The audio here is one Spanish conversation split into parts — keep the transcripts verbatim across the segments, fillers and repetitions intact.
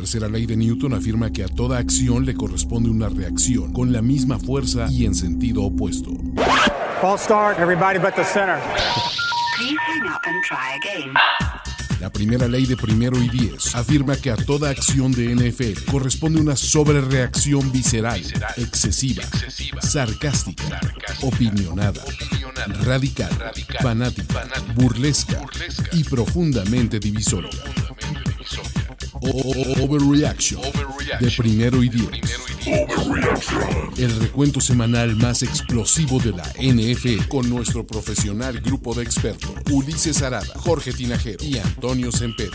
tercera ley de Newton afirma que a toda acción le corresponde una reacción con la misma fuerza y en sentido opuesto. False start, everybody but the center. Please hang up and try again. La primera ley de primero y diez afirma que a toda acción de N F L corresponde una sobrereacción visceral, visceral excesiva, excesiva, sarcástica, sarcástica opinionada, opinionada, radical, radical fanática, fanática, burlesca, burlesca y profundamente divisoria. Profundamente divisoria. Overreaction, Overreaction de primero y diez. El recuento semanal más explosivo de la N F L con nuestro profesional grupo de expertos Ulises Arada, Jorge Tinajero y Antonio Sempere.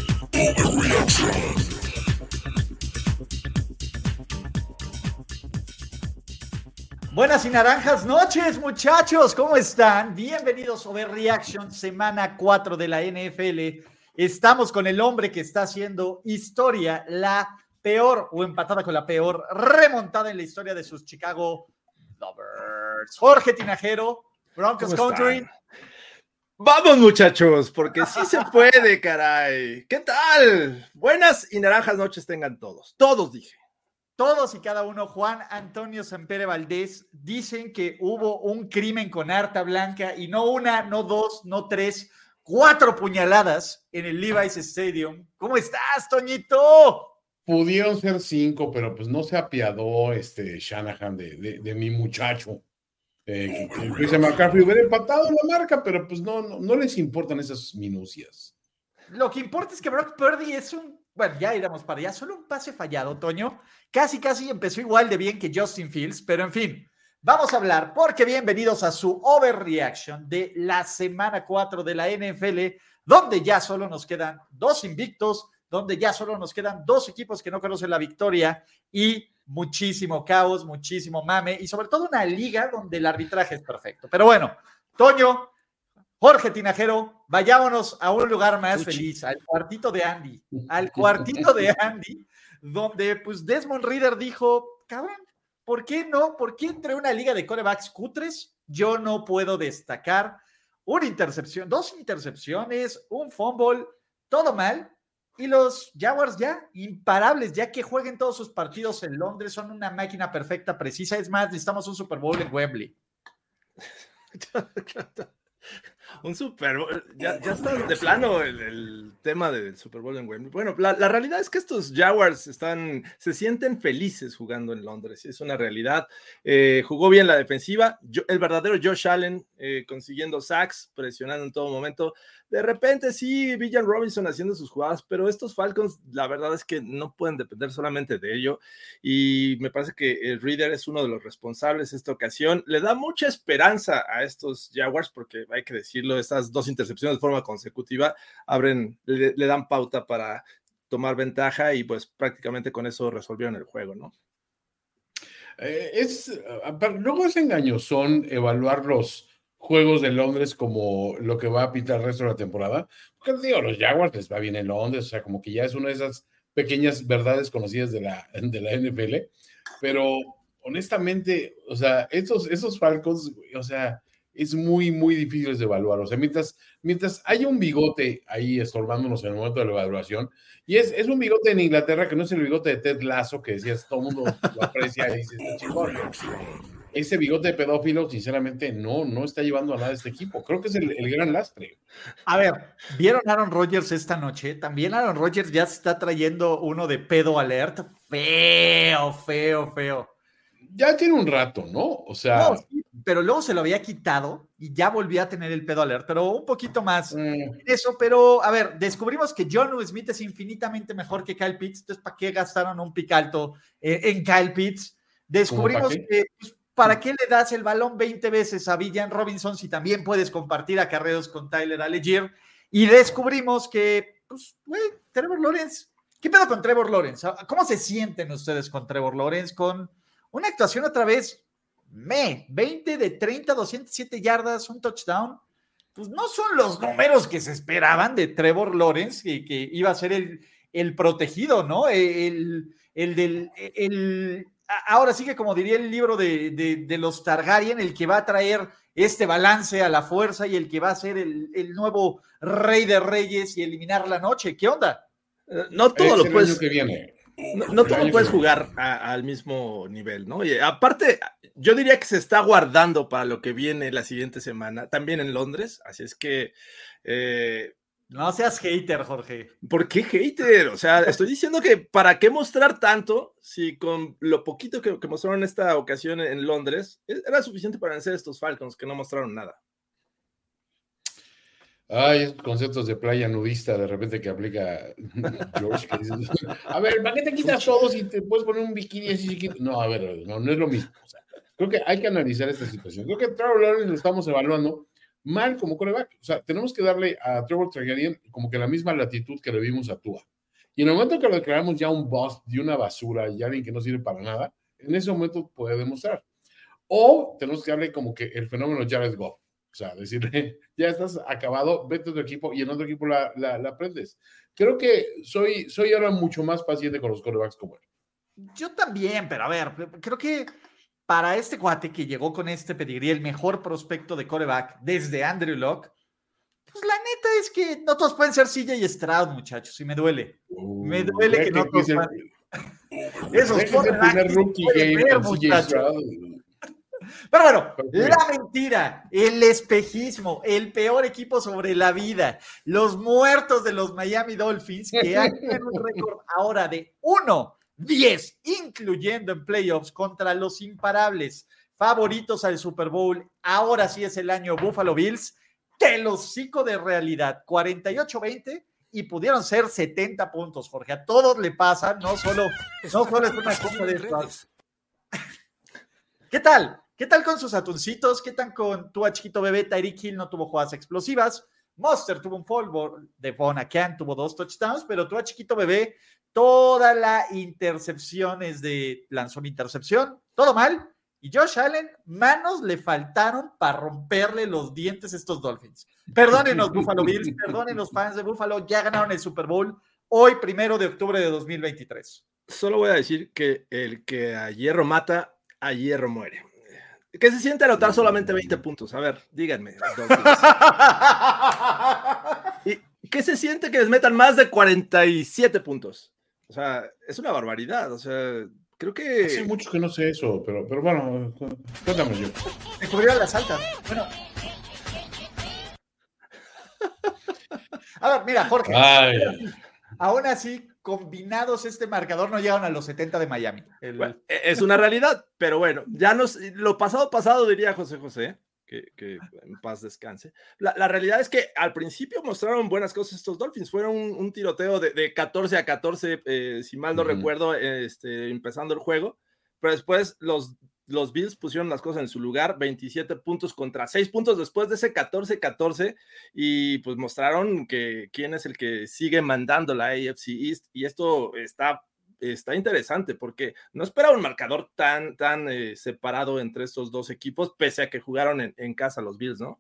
Buenas y naranjas noches, muchachos, ¿cómo están? Bienvenidos a Overreaction, semana cuatro de la N F L. Estamos con el hombre que está haciendo historia, la peor o empatada con la peor remontada en la historia de sus Chicago Lovers. Jorge Tinajero, Broncos Country. Vamos, muchachos, porque sí se puede, caray. ¿Qué tal? Buenas y naranjas noches tengan todos. Todos, dije. Todos y cada uno. Juan Antonio Sempere Valdés dicen que hubo un crimen con harta blanca y no una, no dos, no tres, cuatro puñaladas en el Levi's Stadium. ¿Cómo estás, Toñito? Pudieron ser cinco, pero pues no se apiadó este Shanahan de, de, de mi muchacho. Eh, que Christian McCaffrey hubiera empatado la marca, pero pues no, no, no les importan esas minucias. Lo que importa es que Brock Purdy es un, bueno, ya iremos para allá, solo un pase fallado, Toño. Casi, casi empezó igual de bien que Justin Fields, pero en fin, vamos a hablar, porque bienvenidos a su Overreaction de la semana cuatro de la N F L, donde ya solo nos quedan dos invictos, donde ya solo nos quedan dos equipos que no conocen la victoria y muchísimo caos, muchísimo mame y sobre todo una liga donde el arbitraje es perfecto. Pero bueno, Toño, Jorge Tinajero, vayámonos a un lugar más Uchi. feliz, al cuartito de Andy, al cuartito de Andy, donde pues Desmond Ridder dijo, cabrón, ¿por qué no? ¿Por qué entre una liga de quarterbacks cutres yo no puedo destacar una intercepción, dos intercepciones, un fumble, todo mal? Y los Jaguars ya imparables, ya que jueguen todos sus partidos en Londres, son una máquina perfecta, precisa. Es más, necesitamos un Super Bowl en Wembley. Un Super Bowl, ya, ya está de plano el, el tema del Super Bowl en Wembley. Bueno, la, la realidad es que estos Jaguars están, se sienten felices jugando en Londres, es una realidad. Eh, jugó bien la defensiva, yo, el verdadero Josh Allen eh, consiguiendo sacks, presionando en todo momento. De repente sí, Villan Robinson haciendo sus jugadas, pero estos Falcons, la verdad es que no pueden depender solamente de ello, y me parece que el Reader es uno de los responsables esta ocasión. Le da mucha esperanza a estos Jaguars, porque hay que decirlo, estas dos intercepciones de forma consecutiva abren, le, le dan pauta para tomar ventaja, y pues prácticamente con eso resolvieron el juego, ¿no? Eh, es, luego es engañosón evaluar los Juegos de Londres como lo que va a pitar el resto de la temporada, porque digo, los Jaguars les va bien en Londres, o sea, como que ya es una de esas pequeñas verdades conocidas de la, de la N F L, pero honestamente, o sea, esos, esos Falcons, o sea, es muy, muy difícil de evaluar, o sea, mientras, mientras haya un bigote ahí estorbándonos en el momento de la evaluación, y es, es un bigote en Inglaterra que no es el bigote de Ted Lasso, que decías, todo el mundo lo aprecia y dice, está chingón. Ese bigote de pedófilo, sinceramente, no, no está llevando a nada a este equipo. Creo que es el, el gran lastre. A ver, ¿vieron a Aaron Rodgers esta noche? También Aaron Rodgers ya se está trayendo uno de pedo alert. Feo, feo, feo. Ya tiene un rato, ¿no? O sea... No, sí, pero luego se lo había quitado y ya volvió a tener el pedo alert, pero un poquito más mm. eso. Pero, a ver, descubrimos que Jonnu Smith es infinitamente mejor que Kyle Pitts, entonces, ¿para qué gastaron un pick alto eh, en Kyle Pitts? Descubrimos que... Pues, ¿para qué le das el balón veinte veces a Villan Robinson si también puedes compartir acarreos con Tyler Allgeier? Y descubrimos que, pues, güey, Trevor Lawrence, ¿qué pedo con Trevor Lawrence? ¿Cómo se sienten ustedes con Trevor Lawrence? Con una actuación otra vez, me, veinte de treinta, doscientas siete yardas, un touchdown. Pues no son los números que se esperaban de Trevor Lawrence, que, que iba a ser el, el protegido, ¿no? El, el del... El, ahora sí que, como diría el libro de, de, de los Targaryen, el que va a traer este balance a la fuerza y el que va a ser el, el nuevo rey de reyes y eliminar la noche. ¿Qué onda? Uh, no todo es lo el puedes... año que viene. No, no todo puedes jugar a, al mismo nivel, ¿no? Y aparte, yo diría que se está guardando para lo que viene la siguiente semana, también en Londres, así es que... Eh, no seas hater, Jorge. ¿Por qué hater? O sea, estoy diciendo que ¿para qué mostrar tanto si con lo poquito que, que mostraron en esta ocasión en Londres era suficiente para vencer a estos Falcons que no mostraron nada? Ay, esos conceptos de playa nudista de repente que aplica George. Que dices, a ver, ¿para qué te quitas todos y te puedes poner un bikini así chiquito? No, a ver, no, no es lo mismo. O sea, creo que hay que analizar esta situación. Creo que Trevor Lawrence lo estamos evaluando mal como quarterback. O sea, tenemos que darle a Trevor Targaryen como que la misma latitud que le vimos a Tua. Y en el momento que lo declaramos ya un bust, de una basura, y alguien que no sirve para nada, en ese momento puede demostrar. O tenemos que darle como que el fenómeno Jared Goff. O sea, decirle, ya estás acabado, vete a tu equipo y en otro equipo la, la, la aprendes. Creo que soy, soy ahora mucho más paciente con los quarterbacks como él. Yo también, pero a ver, creo que para este cuate que llegó con este pedigrí, el mejor prospecto de quarterback desde Andrew Luck, pues la neta es que no todos pueden ser C J Stroud, muchachos, y me duele. Uh, me duele que, que no todos puedan. Esos quarterbacks rookie game con C J Stroud. Pero bueno, la mentira, el espejismo, el peor equipo sobre la vida, los muertos de los Miami Dolphins, que han tenido un récord ahora de uno diez, incluyendo en playoffs contra los imparables favoritos al Super Bowl. Ahora sí es el año Buffalo Bills, que los hocico de realidad, cuarenta y ocho veinte, y pudieron ser setenta puntos, Jorge. A todos le pasa, no solo, no solo es una cosa de estas. ¿Qué tal? ¿Qué tal con sus atuncitos? ¿Qué tal con Tua chiquito bebé? Tyreek Hill no tuvo jugadas explosivas. Monster tuvo un fumble. Devon Achane tuvo dos touchdowns, pero Tua chiquito bebé, toda la intercepción es de lanzó una intercepción. Todo mal. Y Josh Allen, manos le faltaron para romperle los dientes a estos Dolphins. Perdónenos, Buffalo Bills. Perdónenos, fans de Buffalo. Ya ganaron el Super Bowl hoy, primero de octubre de dos mil veintitrés. Solo voy a decir que el que a hierro mata, a hierro muere. ¿Qué se siente anotar solamente veinte puntos? A ver, díganme. ¿Y qué se siente que les metan más de cuarenta y siete puntos? O sea, es una barbaridad. O sea, creo que... Hace mucho que no sé eso, pero, pero bueno, cuéntame yo. Me cubrieron las altas. Bueno. A ver, mira, Jorge. Ay. Aún así, combinados este marcador no llegaron a los setenta de Miami. El... Bueno, es una realidad, pero bueno, ya nos, lo pasado pasado diría José José, que, que en paz descanse. La, la realidad es que al principio mostraron buenas cosas estos Dolphins, fueron un, un tiroteo de, de catorce a catorce, eh, si mal no uh-huh. recuerdo, este, empezando el juego, pero después los, los Bills pusieron las cosas en su lugar, veintisiete puntos contra seis puntos después de ese catorce catorce, y pues mostraron que quién es el que sigue mandando la A F C East, y esto está, está interesante, porque no esperaba un marcador tan, tan eh, separado entre estos dos equipos, pese a que jugaron en, en casa los Bills, ¿no?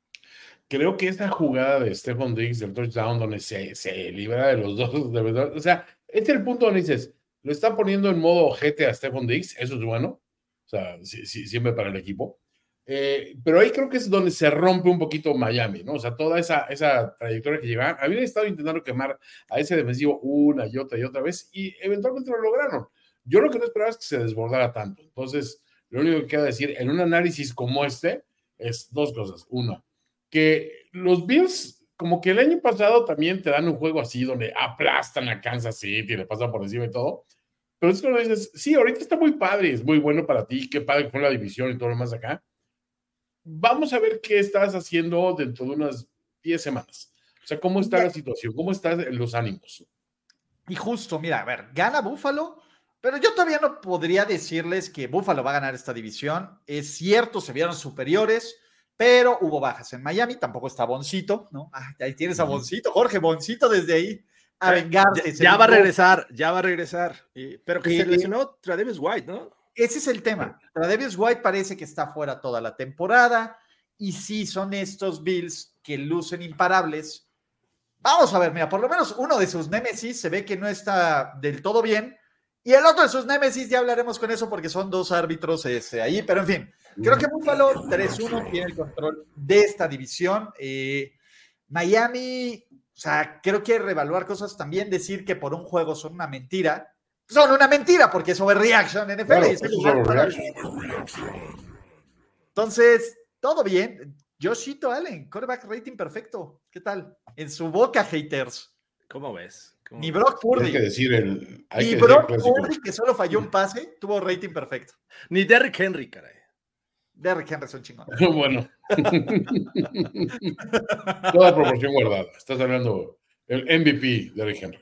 Creo que esta jugada de Stephon Diggs del touchdown, donde se, se libera de los dos, de verdad, o sea, este es el punto donde dices, lo está poniendo en modo ojete a Stephon Diggs, eso es bueno. O sea, sí, sí, siempre para el equipo. Eh, pero ahí creo que es donde se rompe un poquito Miami, ¿no? O sea, toda esa, esa trayectoria que llevaban. Habían estado intentando quemar a ese defensivo una y otra y otra vez y eventualmente lo lograron. Yo lo que no esperaba es que se desbordara tanto. Entonces, lo único que queda decir en un análisis como este es dos cosas. Una, que los Bills, como que el año pasado también te dan un juego así donde aplastan a Kansas City y le pasan por encima y todo. Pero es cuando dices, sí, ahorita está muy padre, es muy bueno para ti, qué padre que fue la división y todo lo más acá. Vamos a ver qué estás haciendo dentro de unas diez semanas. O sea, ¿cómo está la situación? ¿Cómo están los ánimos? Y justo, mira, a ver, gana Buffalo, pero yo todavía no podría decirles que Buffalo va a ganar esta división. Es cierto, se vieron superiores, pero hubo bajas en Miami, tampoco está Boncito, ¿no? Ah, ahí tienes a Boncito, Jorge, Boncito desde ahí. A vengarse. Ya, ya va a regresar, ya va a regresar. Y, pero que sí, se lesionó Tre'Davious White, ¿no? Ese es el tema. Tre'Davious White parece que está fuera toda la temporada. Y sí, son estos Bills que lucen imparables. Vamos a ver, mira, por lo menos uno de sus némesis se ve que no está del todo bien. Y el otro de sus némesis, ya hablaremos con eso porque son dos árbitros este, ahí. Pero en fin, creo que Buffalo tres uno tiene el control de esta división. Eh, Miami... O sea, creo que reevaluar cosas también, decir que por un juego son una mentira, son una mentira porque es overreaction N F L. Claro, es el eso es lugar para- overreaction. Entonces, todo bien. Joshito Allen, quarterback rating perfecto. ¿Qué tal? En su boca, haters. ¿Cómo ves? ¿Cómo Ni ves? Brock Hay que Purdy. decir el. Hay Ni que decir el Brock clásico. Purdy, que solo falló un pase, tuvo rating perfecto. Ni Derrick Henry, caray. Derrick Henry es un chingón. Bueno. Toda proporción guardada. Estás hablando el M V P de Rick Henry.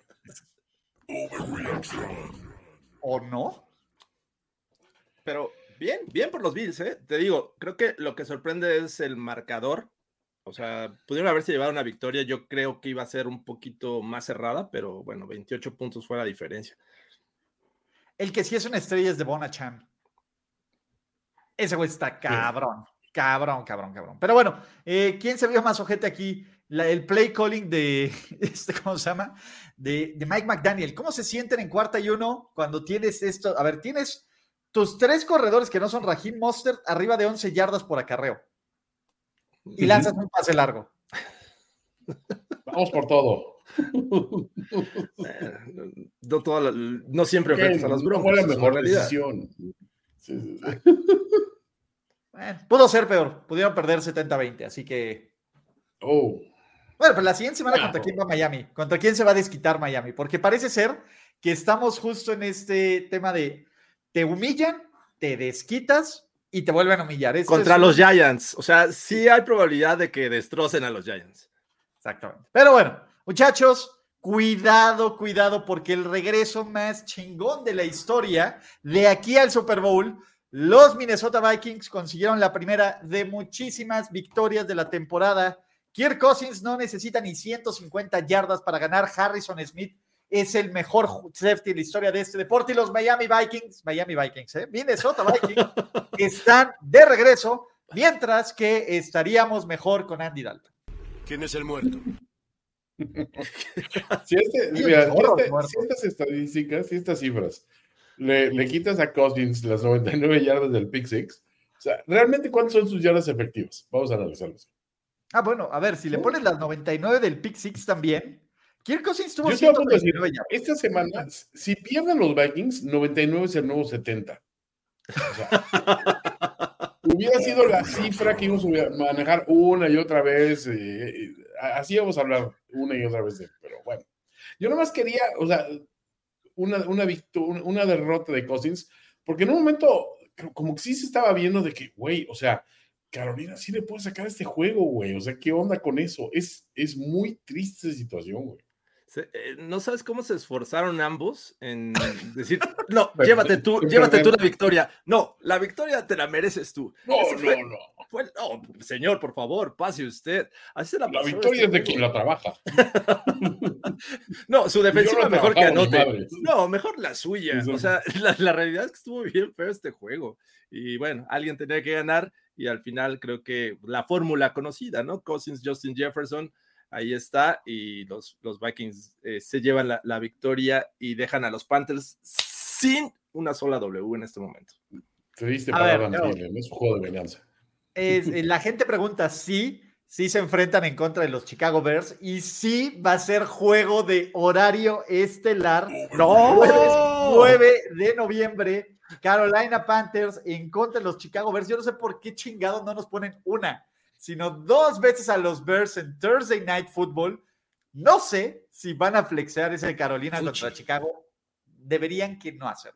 ¿O no? Pero bien, bien por los Bills, ¿eh? Te digo, creo que lo que sorprende es el marcador. O sea, pudieron haberse llevado una victoria. Yo creo que iba a ser un poquito más cerrada, pero bueno, veintiocho puntos fue la diferencia. El que sí es una estrella es de Bonachan. Ese güey está cabrón. Cabrón, cabrón, cabrón. Pero bueno, eh, ¿quién se vio más ojete aquí? La- el play calling de, este, ¿cómo se llama? De, de Mike McDaniel. ¿Cómo se sienten en cuarta y uno cuando tienes esto? A ver, tienes tus tres corredores que no son Raheem Mostert arriba de once yardas por acarreo. Y lanzas un pase largo. Vamos por todo. Eh, no, toda la- no siempre enfrentas a los No Broncos. fue la es una mejor realidad. decisión. Sí, sí, sí. Bueno, pudo ser peor. Pudieron perder setenta a veinte. Así que. Oh. Bueno, pero la siguiente semana, Ah, ¿contra no. quién va Miami? ¿Contra quién se va a desquitar Miami? Porque parece ser que estamos justo en este tema de te humillan, te desquitas y te vuelven a humillar. Esto Contra es los un- Giants. O sea, sí hay probabilidad de que destrocen a los Giants. Exactamente. Pero bueno, muchachos, cuidado, cuidado, porque el regreso más chingón de la historia de aquí al Super Bowl, los Minnesota Vikings consiguieron la primera de muchísimas victorias de la temporada. Kirk Cousins no necesita ni ciento cincuenta yardas para ganar. Harrison Smith es el mejor safety de la historia de este deporte. Y los Miami Vikings, Miami Vikings, ¿eh? Minnesota Vikings, están de regreso, mientras que estaríamos mejor con Andy Dalton. ¿Quién es el muerto? Si, este, Sí, mira, si morro, este- muerto. si estas estadísticas, si estas cifras, le, le quitas a Cousins las noventa y nueve yardas del pick six, o sea, ¿realmente cuántas son sus yardas efectivas? Vamos a analizarlas. Ah, bueno, a ver, si le pones las noventa y nueve del pick six también, Kirk Cousins tuvo Yo estoy a punto de ciento decir, treinta y nueve yardas. esta semana, si pierden los Vikings, noventa y nueve es el nuevo setenta. O sea, hubiera sido la cifra que íbamos a manejar una y otra vez. eh, eh, así íbamos a hablar una y otra vez de él, pero bueno. Yo nomás quería, o sea, una, una, victo- una derrota de Cousins, porque en un momento, como que sí se estaba viendo de que, güey, o sea, Carolina sí le puede sacar este juego, güey. O sea, ¿qué onda con eso? Es, es muy triste esa situación, güey. Se- eh, no sabes cómo se esforzaron ambos en decir, no, Pero- llévate tú, pero- llévate tú la victoria. No, la victoria te la mereces tú. No, Ese fue- no, no. fue- no, señor, por favor, pase usted. Así se la La pasó victoria este es de juego. quien la trabaja. No, su defensiva Yo no mejor que trabajaba, ni anote. madre. No, mejor la suya. Sí, sí. O sea, la, la realidad es que estuvo bien feo este juego. Y bueno, alguien tenía que ganar y al final creo que la fórmula conocida, ¿no? Cousins, Justin Jefferson, ahí está. Y los, los Vikings eh, se llevan la, la victoria y dejan a los Panthers sin una sola W en este momento. Te diste A para ver, Van no. Thielen, es un juego de venganza. Es, eh, la gente pregunta si, si se enfrentan en contra de los Chicago Bears y si va a ser juego de horario estelar. ¡No! Jueves nueve de noviembre, Carolina Panthers en contra de los Chicago Bears. Yo no sé por qué chingados no nos ponen una, sino dos veces a los Bears en Thursday Night Football. No sé si van a flexear ese Carolina Fuchi. contra Chicago. Deberían que no hacerlo.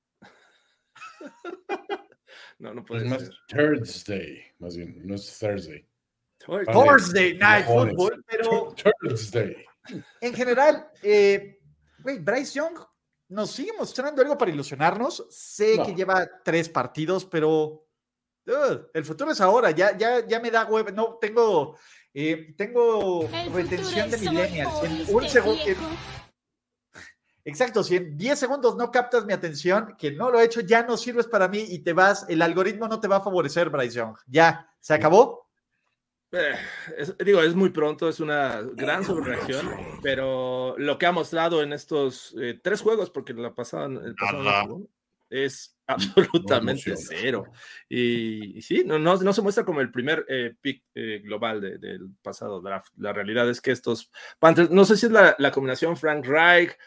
No, no Es puede más ser. Thursday, más bien, no es Thursday. Thursday. Vale. Thursday Night Cojones. Football, pero Thursday. en general, eh, güey, Bryce Young nos sigue mostrando algo para ilusionarnos. Sé No. que lleva tres partidos, pero uh, el futuro es ahora. Ya, ya, ya me da huevo. No, tengo, eh, tengo El retención de futuro es millennials. hoy, En ¿oíste, un segundo. viejo? Exacto, si en diez segundos no captas mi atención, que no lo he hecho, ya no sirves para mí y te vas, el algoritmo no te va a favorecer, Bryce Young. Ya, ¿se acabó? Eh, es- digo, es muy pronto, es una gran sobrereacción, pero lo que ha mostrado en estos eh, tres juegos, porque la pasada, el pasado no Nada. jugó, es absolutamente No emociona. cero. Y, y sí, no, no, no se muestra como el primer eh, pick eh, global de- del pasado draft. La realidad es que estos Panthers, no sé si es la, la combinación Frank Reich,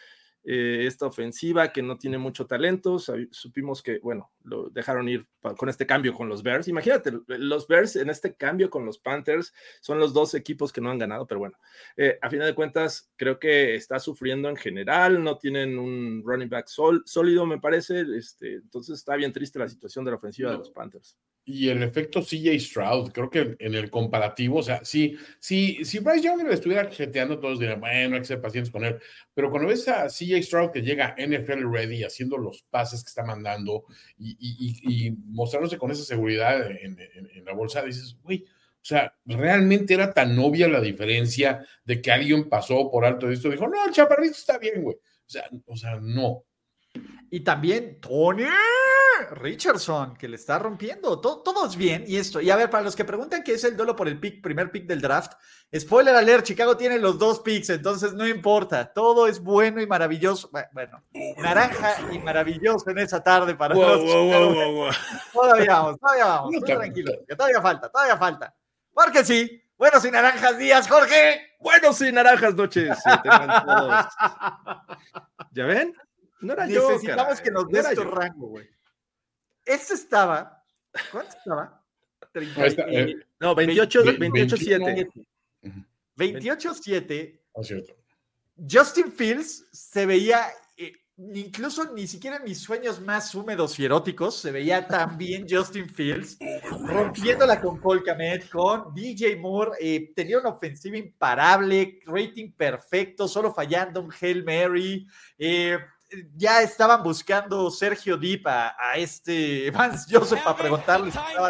eh, esta ofensiva que no tiene mucho talento. Supimos que, bueno, lo dejaron ir pa- con este cambio con los Bears. Imagínate, los Bears en este cambio con los Panthers son los dos equipos que no han ganado, pero bueno, eh, a final de cuentas creo que está sufriendo en general, no tienen un running back sol, sólido, me parece, este, entonces está bien triste la situación de la ofensiva no. de los Panthers. Y el efecto C J Stroud, creo que en el comparativo, o sea, si, si, si Bryce Young le estuviera jeteando, todos dirían, bueno, hay que ser pacientes con él, pero cuando ves a C J Stroud que llega N F L ready, haciendo los pases que está mandando y, y, y, y mostrándose con esa seguridad en, en, en la bolsa, dices, güey, o sea, realmente era tan obvia la diferencia de que alguien pasó por alto de esto, dijo, no, el chaparrito está bien, güey, o sea, o sea, no. Y también Tony Richardson, que le está rompiendo. Todo, todo es bien. Y esto. Y a ver, para los que preguntan qué es el duelo por el pick, primer pick del draft, spoiler alert, Chicago tiene los dos picks, entonces no importa. Todo es bueno y maravilloso. Bueno, naranja y maravilloso en esa tarde para wow, los wow, wow, wow, wow. Todavía vamos, todavía vamos. No, tranquilo, que todavía falta, todavía falta. Porque sí, buenos y naranjas días, Jorge. Buenos y naranjas noches. Sí, ¿ya ven? No era yo, necesitamos que nos des no tu rango, güey. Este estaba, ¿cuánto estaba? treinta, está, eh, no, veintiocho siete. veintiocho siete. Oh, cierto. Justin Fields se veía, eh, incluso ni siquiera en mis sueños más húmedos y eróticos, se veía tan bien Justin Fields, rompiéndola con Cole Kmet, con D J Moore, eh, tenía una ofensiva imparable, rating perfecto, solo fallando un Hail Mary, eh, ya estaban buscando Sergio Dip a, a este Vance Joseph para preguntarle si estaba...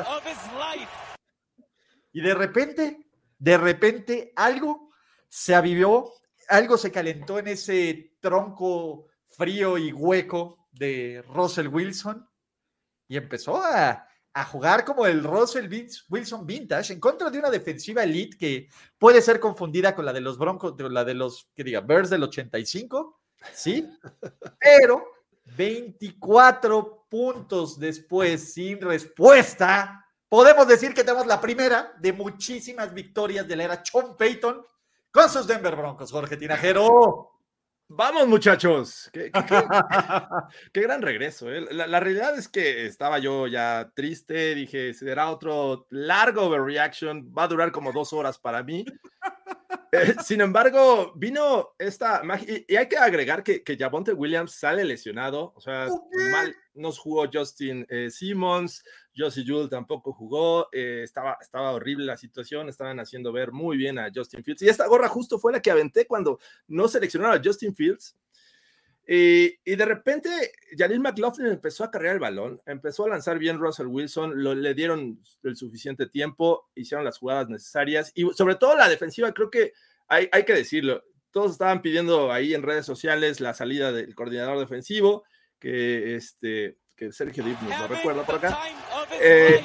y de repente, de repente algo se avivió, algo se calentó en ese tronco frío y hueco de Russell Wilson y empezó a, a jugar como el Russell Wilson vintage en contra de una defensiva elite que puede ser confundida con la de los Broncos, la de los, que diga, Bears del ochenta y cinco. Sí, pero veinticuatro puntos después sin respuesta, podemos decir que tenemos la primera de muchísimas victorias de la era Sean Payton con sus Denver Broncos, Jorge Tinajero. Vamos, muchachos. Qué, qué, qué, qué gran regreso. ¿eh? La, la realidad es que estaba yo ya triste. Dije, será otro largo overreaction. Va a durar como dos horas para mí. Eh, sin embargo, vino esta magia. Y, y hay que agregar que, que Javonte Williams sale lesionado. O sea, okay. mal nos jugó Justin eh, Simmons. Josie Jewell tampoco jugó. Eh, estaba, estaba horrible la situación. Estaban haciendo ver muy bien a Justin Fields. Y esta gorra justo fue la que aventé cuando no seleccionaron a Justin Fields. Y, y de repente, Jaleel McLaughlin empezó a cargar el balón, empezó a lanzar bien Russell Wilson, lo, le dieron el suficiente tiempo, hicieron las jugadas necesarias y sobre todo la defensiva, creo que hay, hay que decirlo, todos estaban pidiendo ahí en redes sociales la salida del coordinador defensivo, que, este, que Sergio Dip nos lo recuerda por acá. Eh,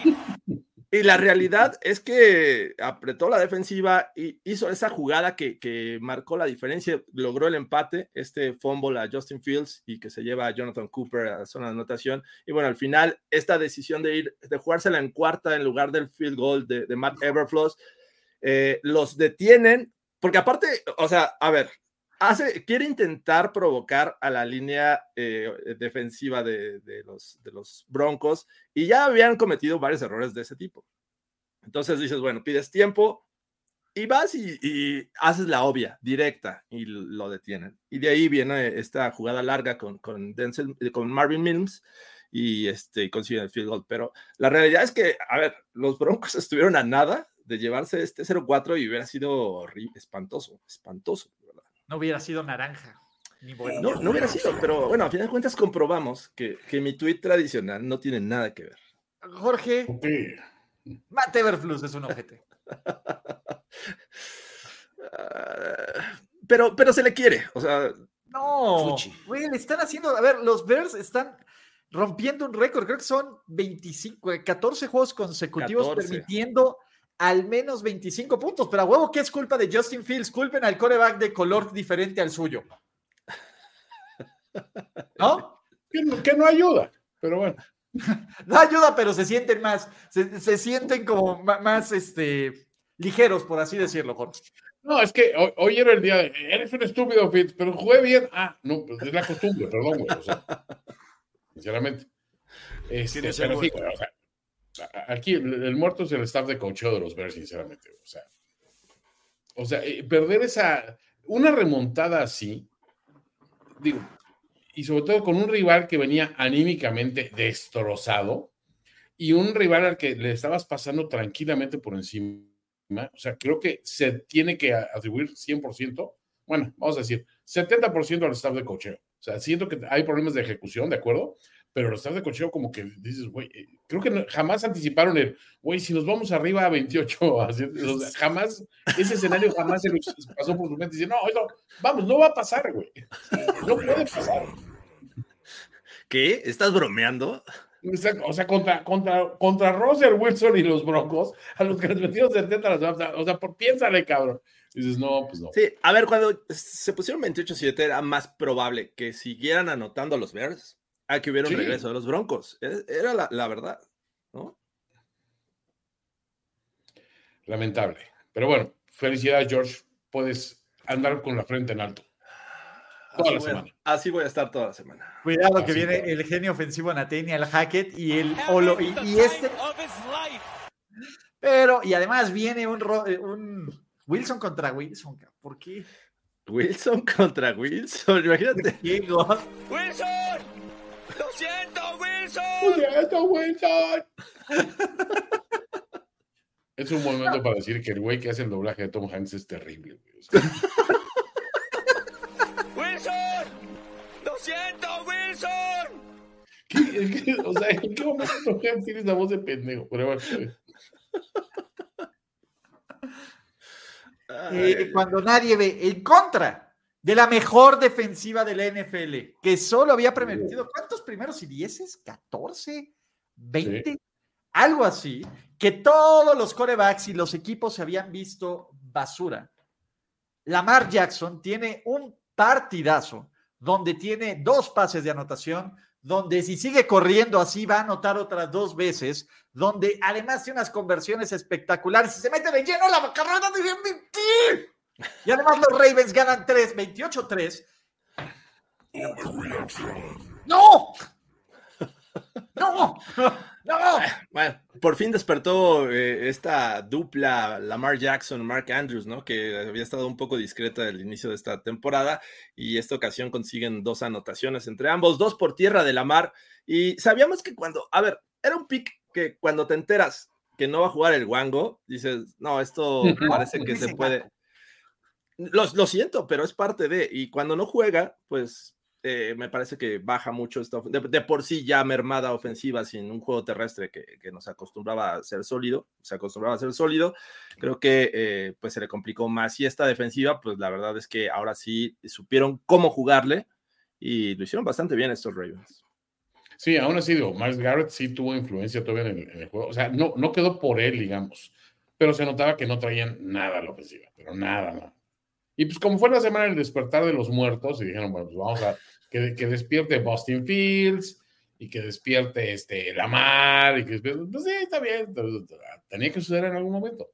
y la realidad es que apretó la defensiva y hizo esa jugada que, que marcó la diferencia, logró el empate, este fumble a Justin Fields y que se lleva a Jonathan Cooper a la zona de anotación. Y bueno, al final, esta decisión de ir, de jugársela en cuarta en lugar del field goal de, de Matt Eberflus, eh, los detienen, porque aparte, o sea, a ver, hace, quiere intentar provocar a la línea eh, defensiva de, de, los, de los Broncos y ya habían cometido varios errores de ese tipo. Entonces dices, bueno, pides tiempo y vas y, y haces la obvia, directa, y lo detienen. Y de ahí viene esta jugada larga con, con, Denzel, con Marvin Mims y este, consiguen el field goal. Pero la realidad es que, a ver, los Broncos estuvieron a nada de llevarse este cero cuatro y hubiera sido horrible, espantoso, espantoso. No hubiera sido naranja. Ni bueno. No, no hubiera sido, pero bueno, a final de cuentas comprobamos que, que mi tweet tradicional no tiene nada que ver. Jorge, okay. Matt Eberflus es un ojete. uh, pero, pero se le quiere, o sea. No, güey, le están haciendo, a ver, los Bears están rompiendo un récord, creo que son veinticinco, catorce juegos consecutivos catorce. Permitiendo al menos veinticinco puntos, pero a huevo, ¿qué es culpa de Justin Fields? Culpen al quarterback de color diferente al suyo. ¿No? Que no, que no ayuda, pero bueno. No ayuda, pero se sienten más, se, se sienten como más, más este, ligeros, por así decirlo, Jorge. No, es que hoy, hoy era el día de, eres un estúpido, Fitz, pero jugué bien. Ah, no, pues es la costumbre, perdón, güey. O sea, sinceramente. Este, pero sí, güey, o sea, aquí el, el muerto es el staff de coacheo de los Bears, sinceramente. O sea, o sea, perder esa, una remontada así, digo, y sobre todo con un rival que venía anímicamente destrozado y un rival al que le estabas pasando tranquilamente por encima. O sea, creo que se tiene que atribuir cien por ciento, bueno, vamos a decir, setenta por ciento al staff de coacheo. O sea, siento que hay problemas de ejecución, ¿de acuerdo? Pero el staff de coacheo como que dices, güey, creo que no, jamás anticiparon el, güey, si nos vamos arriba a veintiocho, así, o sea, jamás, ese escenario jamás se pasó por su mente. Dice, no, no, vamos, no va a pasar, güey. No puede pasar. ¿Qué? ¿Estás bromeando? O sea, contra, contra, contra Russell Wilson y los Broncos, a los que les metieron setenta, o sea, por piénsale, cabrón. Y dices, no, pues no. Sí, a ver, cuando se pusieron veintiocho siete era más probable que siguieran anotando a los Bears a que hubiera un sí. regreso de los Broncos. Era la, la verdad, ¿no? Lamentable. Pero bueno, felicidades, George. Puedes andar con la frente en alto. Toda así la voy semana. A, así voy a estar toda la semana. Cuidado así que viene está. El genio ofensivo Nathaniel Hackett y el Olo, y, y este. Pero, y además viene un, un Wilson contra Wilson. ¿Por qué? Wilson contra Wilson, imagínate. ¡Wilson! ¡Lo siento, Wilson! ¡Lo siento, Wilson! Es un momento para decir que el güey que hace el doblaje de Tom Hanks es terrible, güey. O sea. ¡Wilson! ¡Lo siento, Wilson! ¿Qué, qué, o sea, ¿en qué momento Tom Hanks tiene esa voz de pendejo? Pero bueno, eh, cuando nadie ve en contra de la mejor defensiva de la N F L, que solo había permitido, ¿cuántos primeros y dieces? ¿catorce? ¿veinte? Sí. Algo así, que todos los quarterbacks y los equipos se habían visto basura. Lamar Jackson tiene un partidazo donde tiene dos pases de anotación, donde si sigue corriendo así va a anotar otras dos veces, donde además tiene unas conversiones espectaculares y se mete de lleno la carrera de M V P. Y además los Ravens ganan tres, veintiocho tres. ¡No! ¡No! ¡No! Bueno, por fin despertó eh, esta dupla Lamar Jackson, Mark Andrews, ¿no? Que había estado un poco discreta al inicio de esta temporada y esta ocasión consiguen dos anotaciones entre ambos, dos por tierra de Lamar. Y sabíamos que cuando, a ver, era un pick que cuando te enteras que no va a jugar el Wango, dices, no, esto parece que se puede. Lo, lo siento, pero es parte de, y cuando no juega, pues eh, me parece que baja mucho esta, de, de por sí ya mermada ofensiva sin un juego terrestre que, que nos acostumbraba a ser sólido, se acostumbraba a ser sólido, creo que eh, pues se le complicó más, y esta defensiva, pues la verdad es que ahora sí supieron cómo jugarle, y lo hicieron bastante bien estos Ravens. Sí, aún así, digo, Myles Garrett sí tuvo influencia todavía en el, en el juego, o sea, no, no quedó por él, digamos, pero se notaba que no traían nada a la ofensiva, pero nada, nada. Y pues como fue la semana del despertar de los muertos, y dijeron, bueno, pues vamos a que, que despierte Boston Fields, y que despierte este, Lamar, y que despierte, pues sí, está bien, tenía que suceder en algún momento.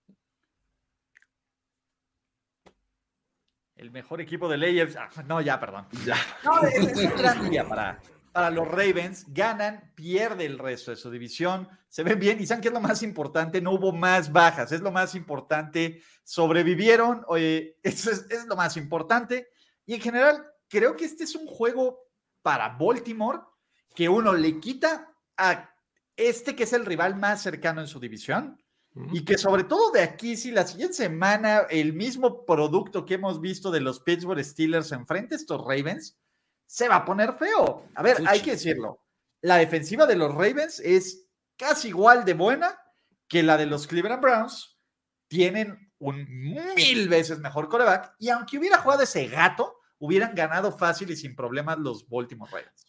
El mejor equipo de Layers, ah, no, ya, perdón. Ya. No, es, es un gran día para, para los Ravens, ganan, pierde el resto de su división, se ven bien, y saben que es lo más importante, no hubo más bajas, es lo más importante, sobrevivieron, oye, eso es, es lo más importante, y en general, creo que este es un juego para Baltimore, que uno le quita a este que es el rival más cercano en su división, uh-huh. y que sobre todo de aquí, si la siguiente semana, el mismo producto que hemos visto de los Pittsburgh Steelers enfrente a estos Ravens, se va a poner feo. A ver, Puchi. Hay que decirlo. La defensiva de los Ravens es casi igual de buena que la de los Cleveland Browns. Tienen un mil veces mejor quarterback. Y aunque hubiera jugado ese gato, hubieran ganado fácil y sin problemas los Baltimore Ravens.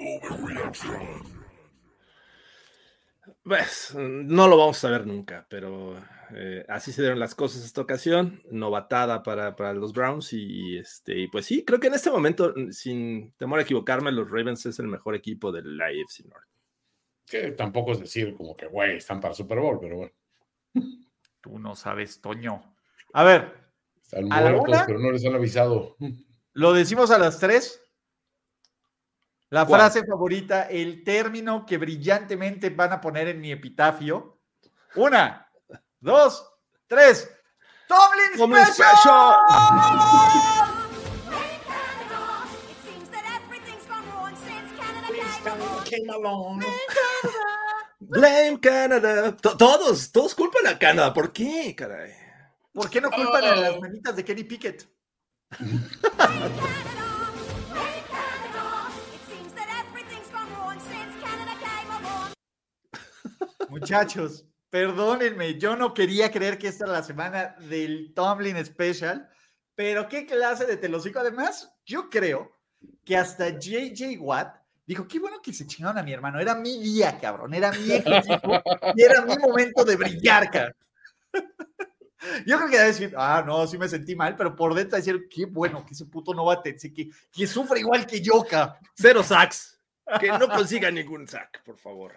Pues no lo vamos a ver nunca, pero eh, así se dieron las cosas esta ocasión, novatada para, para los Browns y, y, este, y pues sí, creo que en este momento, sin temor a equivocarme, los Ravens es el mejor equipo de la A F C North. Que tampoco es decir como que, güey, están para Super Bowl, pero bueno. Tú no sabes, Toño. A ver, Están ¿A la muertos, una? pero no les han avisado. ¿Lo decimos a las tres? La ¿Cuál? frase favorita, el término que brillantemente van a poner en mi epitafio. Una, dos, tres. ¡Tomlin Tomlin Special! Special. Blame Canada. To- Todos, todos culpan a Canadá. ¿Por qué, caray? ¿Por qué no culpan a las manitas de Kenny Pickett? Muchachos, perdónenme, yo no quería creer que esta era la semana del Tomlin Special, pero qué clase de telocico. Además, yo creo que hasta J J Watt dijo, qué bueno que se chingaron a mi hermano, era mi día, cabrón, era mi equipo y era mi momento de brillar, cabrón. Yo creo que debe decir, ah, no, sí me sentí mal, pero por dentro decir, qué bueno que ese puto novatense, que, que sufre igual que yo, cabrón. Cero sacks. Que no consiga ningún sack, por favor.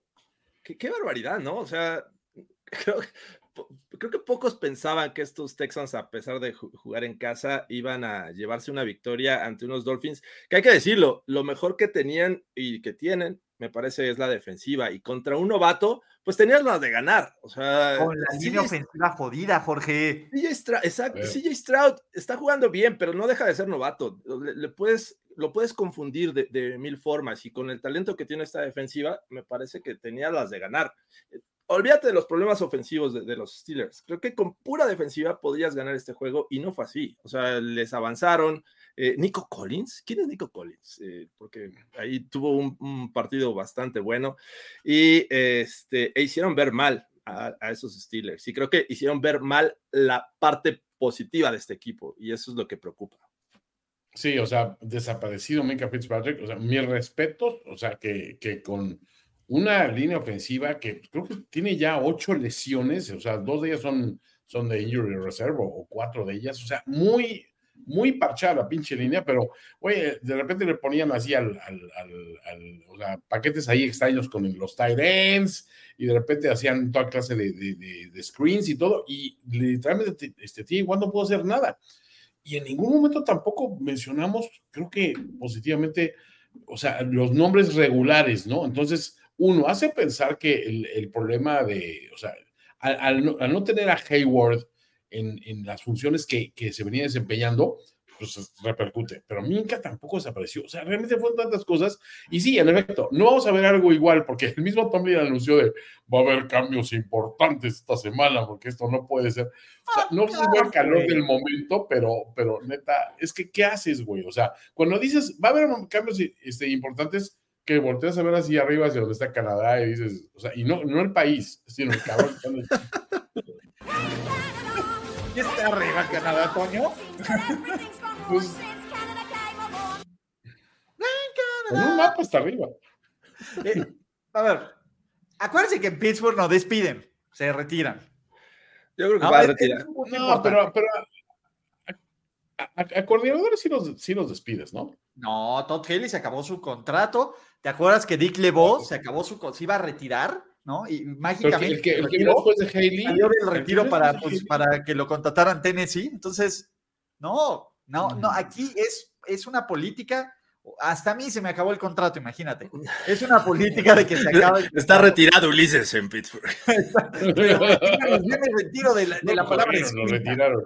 Qué, qué barbaridad, ¿no? O sea, creo, creo que pocos pensaban que estos Texans, a pesar de jugar en casa, iban a llevarse una victoria ante unos Dolphins, que hay que decirlo, lo mejor que tenían y que tienen, me parece, es la defensiva, y contra un novato, pues tenías las de ganar. O sea, con la línea ofensiva jodida, Jorge. C J Stroud, exacto, C J Stroud está jugando bien, pero no deja de ser novato. Le, le puedes, lo puedes confundir de, de mil formas, y con el talento que tiene esta defensiva, me parece que tenía las de ganar. Olvídate de los problemas ofensivos de, de los Steelers. Creo que con pura defensiva podrías ganar este juego, y no fue así. O sea, les avanzaron. Eh, Nico Collins, ¿quién es Nico Collins? Eh, porque ahí tuvo un, un partido bastante bueno, y este, e hicieron ver mal a, a esos Steelers, y creo que hicieron ver mal la parte positiva de este equipo, y eso es lo que preocupa. Sí, o sea, desaparecido Minkah Fitzpatrick, o sea, mis respetos, o sea, que, que con una línea ofensiva que creo que tiene ya ocho lesiones, o sea, dos de ellas son, son de injury reserve, o, o cuatro de ellas, o sea, muy, muy parchada la pinche línea, pero, oye, de repente le ponían así al, al, al, al o sea, paquetes ahí extraños con los tight ends, y de repente hacían toda clase de, de, de, de screens y todo, y literalmente este T J Watt no pudo hacer nada. Y en ningún momento tampoco mencionamos, creo que positivamente, o sea, los nombres regulares, ¿no? Entonces, uno hace pensar que el, el problema de, o sea, al, al, no, al no tener a Hayward en, en las funciones que, que se venía desempeñando, pues repercute. Pero Minkah tampoco desapareció. O sea, realmente fueron tantas cosas. Y sí, en efecto, no vamos a ver algo igual, porque el mismo Tomlin anunció de va a haber cambios importantes esta semana, porque esto no puede ser. O sea, no se ve el calor del momento, pero, pero neta, es que, ¿qué haces, güey? O sea, cuando dices va a haber cambios este, importantes, que volteas a ver así arriba hacia donde está Canadá y dices, o sea, y no, no el país, sino el cabrón. ¿Qué está arriba, Canadá, Toño? Pues, en un mapa está arriba. Eh, a ver, acuérdense que en Pittsburgh no despiden, se retiran. Yo creo que No, va a es- retirar. es un punto No, importante. pero, pero a, a, a coordinadores sí los, sí los despides, ¿no? No, Todd Haley se acabó su contrato. ¿Te acuerdas que Dick LeBeau se acabó su con- se iba a retirar, ¿no? Y Pero mágicamente el que, el se que retiró, vino después de Haley. salió del el que retiro vino para, después de pues, Haley. para que lo contrataran Tennessee. Entonces, no, no, no, aquí es, es una política. Hasta a mí se me acabó el contrato, imagínate. Es una política de que se acaba el Está contrato. retirado Ulises en Pittsburgh. Pero díganos bien el retiro de la, de No, la lo palabra corrieron, lo escrita. retiraron.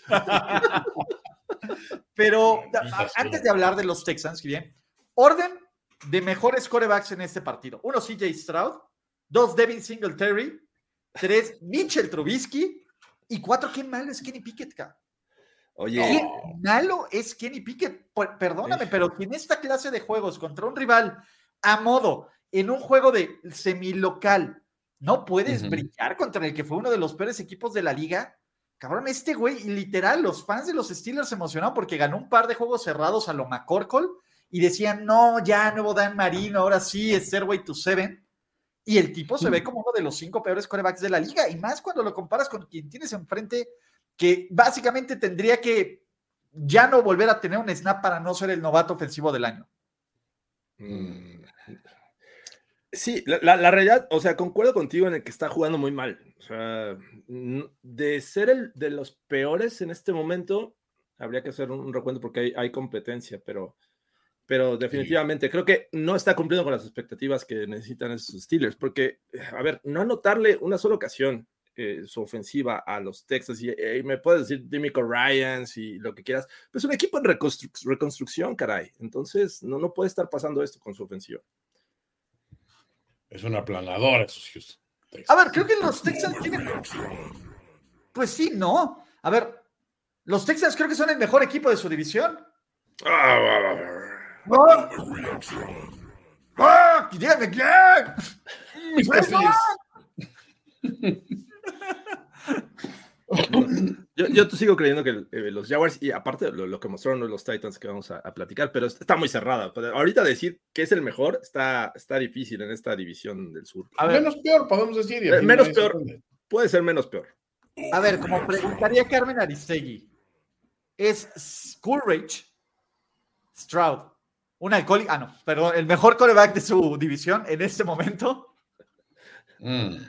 Pero Sí, a- sí. antes de hablar de los Texans, que bien, orden de mejores quarterbacks en este partido. Uno, C J Stroud. Dos, Devin Singletary. Tres, Mitchell Trubisky. Y cuatro, qué malo es Kenny Pickett, ca. Oye, Qué malo es Kenny Pickett. Por- Perdóname, Sí. pero que en esta clase de juegos contra un rival a modo, en un juego de semilocal, no puedes Ujú. brillar contra el que fue uno de los peores equipos de la liga. Cabrón, este güey, literal, los fans de los Steelers se emocionaron porque ganó un par de juegos cerrados a lo McCorkle y decían, no, ya, nuevo Dan Marino, ahora sí, es Stairway to Seven. Y el tipo se ve como uno de los cinco peores quarterbacks de la liga, y más cuando lo comparas con quien tienes enfrente, que básicamente tendría que ya no volver a tener un snap para no ser el novato ofensivo del año. mm, Sí, la, la, la realidad, o sea, concuerdo contigo en el que está jugando muy mal. O sea, de ser el de los peores en este momento, habría que hacer un, un recuento porque hay, hay competencia, pero, pero definitivamente sí. Creo que no está cumpliendo con las expectativas que necesitan esos Steelers, porque, a ver, no anotarle una sola ocasión eh, su ofensiva a los Texans, y, y me puedes decir D'Amico Ryans y lo que quieras, pero es un equipo en reconstru reconstrucción, caray. Entonces, no, no puede estar pasando esto con su ofensiva. Es una planadora esos Houston Texans. A ver, creo que los Texans tienen... Pues sí, ¿no? A ver, los Texans creo que son el mejor equipo de su división. ¡Ah! ¡Ah! ¡Dígame quién! ¡Mis Yo, yo sigo creyendo que eh, los Jaguars, y aparte lo, lo que mostraron los Titans que vamos a, a platicar, pero está muy cerrada. Ahorita decir que es el mejor está, está difícil en esta división del sur. A ver, menos peor, podemos decir. Eh, menos peor, sorprende. Puede ser menos peor. A ver, como preguntaría Carmen Aristegui, ¿es Coolidge, Stroud, un alcohólico? Ah, no, perdón, el mejor quarterback de su división en este momento. Mm.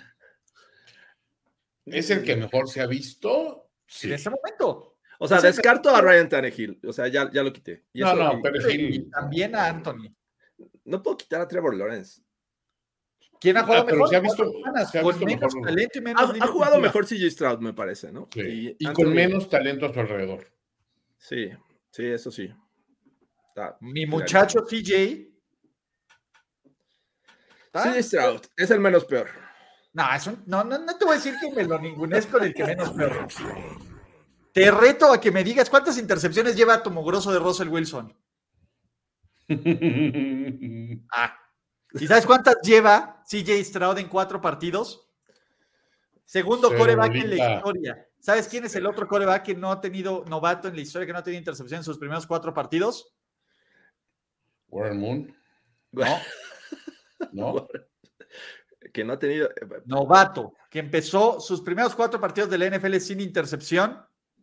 ¿Es el que mejor se ha visto? Sí. En este momento. O sea, descarto a Ryan Tannehill. O sea, ya, ya lo quité. Y no, eso, no, pero y, y también a Anthony. No puedo quitar a Trevor Lawrence. ¿Quién ha jugado ah, mejor? Se ha visto, se ha con visto menos mejor. talento y menos ha, ha jugado mejor C J Stroud, me parece, ¿no? Sí. Y, y Anthony, con menos talento a su alrededor. Sí, sí, eso sí. Está Mi muchacho C J. C J Stroud es el menos peor. No, es un, no, no, no te voy a decir que me lo ningunees con el que menos peor. Te reto a que me digas cuántas intercepciones lleva tu mugroso de Russell Wilson. Ah. ¿Y sabes cuántas lleva C J Stroud en cuatro partidos? Segundo quarterback en la historia. ¿Sabes quién es el otro quarterback que no ha tenido novato en la historia, que no ha tenido intercepción en sus primeros cuatro partidos? Warren Moon. No. No. Que no ha tenido... Novato, que empezó sus primeros cuatro partidos de la N F L sin intercepción.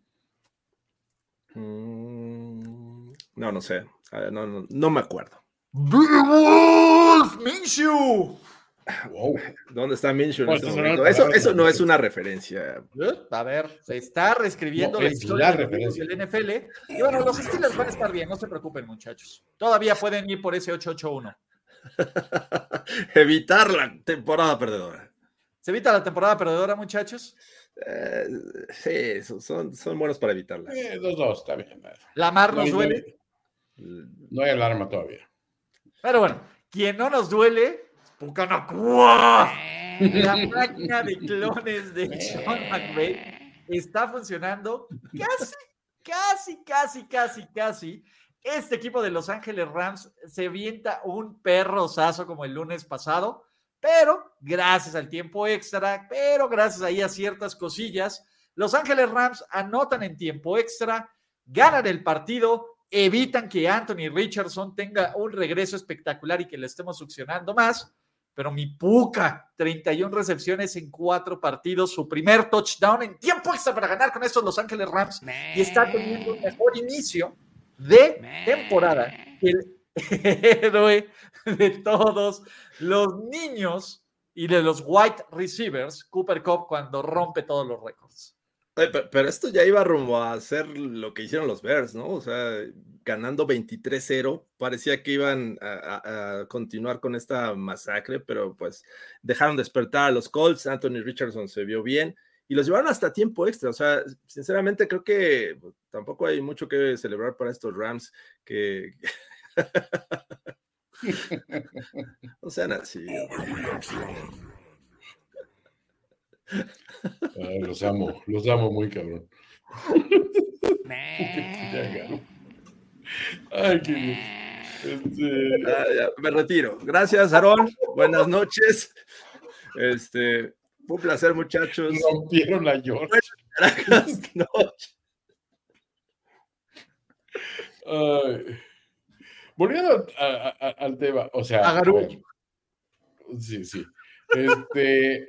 Mm, no, no sé. No, no, no me acuerdo. Wolf Minshew. Wow. ¿Dónde está Minshew en este momento? Eso, eso no es una referencia. A ver, se está reescribiendo no, la historia la del N F L. Y bueno, los Steelers van a estar bien, no se preocupen, muchachos. Todavía pueden ir por ese ocho ocho uno. Evitar la temporada perdedora. ¿Se evita la temporada perdedora, muchachos? Eh, sí, son, son buenos para evitarla. Eh, dos, dos, está bien. ¿Lamar nos no, duele? No hay alarma todavía. Pero bueno, quien no nos duele, Pucanacua. La máquina de clones de Sean McVay está funcionando casi, casi, casi, casi, casi. Este equipo de Los Ángeles Rams se avienta un perrozazo como el lunes pasado, pero gracias al tiempo extra, pero gracias ahí a ciertas cosillas, Los Ángeles Rams anotan en tiempo extra, ganan el partido, evitan que Anthony Richardson tenga un regreso espectacular y que le estemos succionando más, pero mi Puca, treinta y una recepciones en cuatro partidos, su primer touchdown en tiempo extra para ganar con estos Los Ángeles Rams y está teniendo un mejor inicio de temporada que el héroe de todos los niños y de los wide receivers, Cooper Kupp, cuando rompe todos los récords. Pero, pero esto ya iba rumbo a hacer lo que hicieron los Bears, ¿no? O sea, ganando veintitrés cero, parecía que iban a, a, a continuar con esta masacre, pero pues dejaron despertar a los Colts. Anthony Richardson se vio bien y los llevaron hasta tiempo extra. O sea, sinceramente creo que tampoco hay mucho que celebrar para estos Rams que... no sean así. Ay, los amo, los amo muy cabrón. Ay, qué bien. Este... Ah, ya, me retiro. Gracias, Aarón. Buenas noches. Este, fue un placer, muchachos. Rompieron la York. Buenas noches. Ay. Volviendo a, a, a, al tema, o sea, Agarú. Bueno, sí, sí. Este,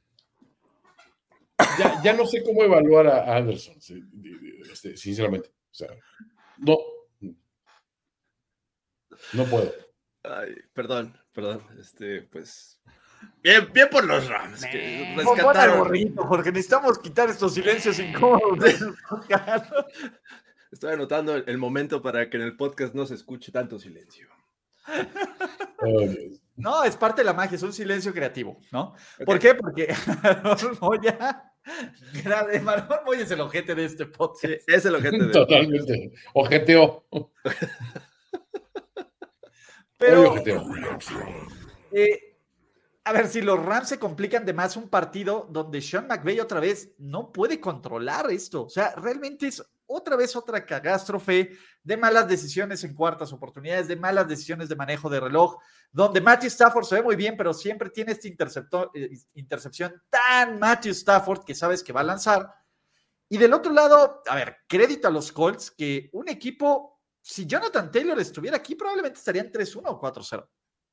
ya, ya no sé cómo evaluar a Anderson, este, sinceramente. O sea, no, no puedo. Ay, perdón. perdón, este, pues, bien, bien por los Rams, que No, pon al rescataron. borriguito, porque necesitamos quitar estos silencios incómodos. de esos podcasts. Estoy anotando el, el momento para que en el podcast no se escuche tanto silencio. Oh, Dios. No, es parte de la magia, es un silencio creativo, ¿no? Ok. ¿Por qué? Porque Aaron Moya, grande, Aaron Moya es el ojete de este Sí, podcast. es el ojete de... Totalmente. Ojeteo. Pero, Oye, ojeteo. eh, a ver, si los Rams se complican de más un partido donde Sean McVay otra vez no puede controlar esto. O sea, realmente es otra vez otra catástrofe de malas decisiones en cuartas oportunidades, de malas decisiones de manejo de reloj, donde Matthew Stafford se ve muy bien, pero siempre tiene esta interceptor, eh, intercepción tan Matthew Stafford que sabes que va a lanzar. Y del otro lado, a ver, crédito a los Colts, que un equipo, si Jonathan Taylor estuviera aquí, probablemente estarían tres uno o cuatro cero.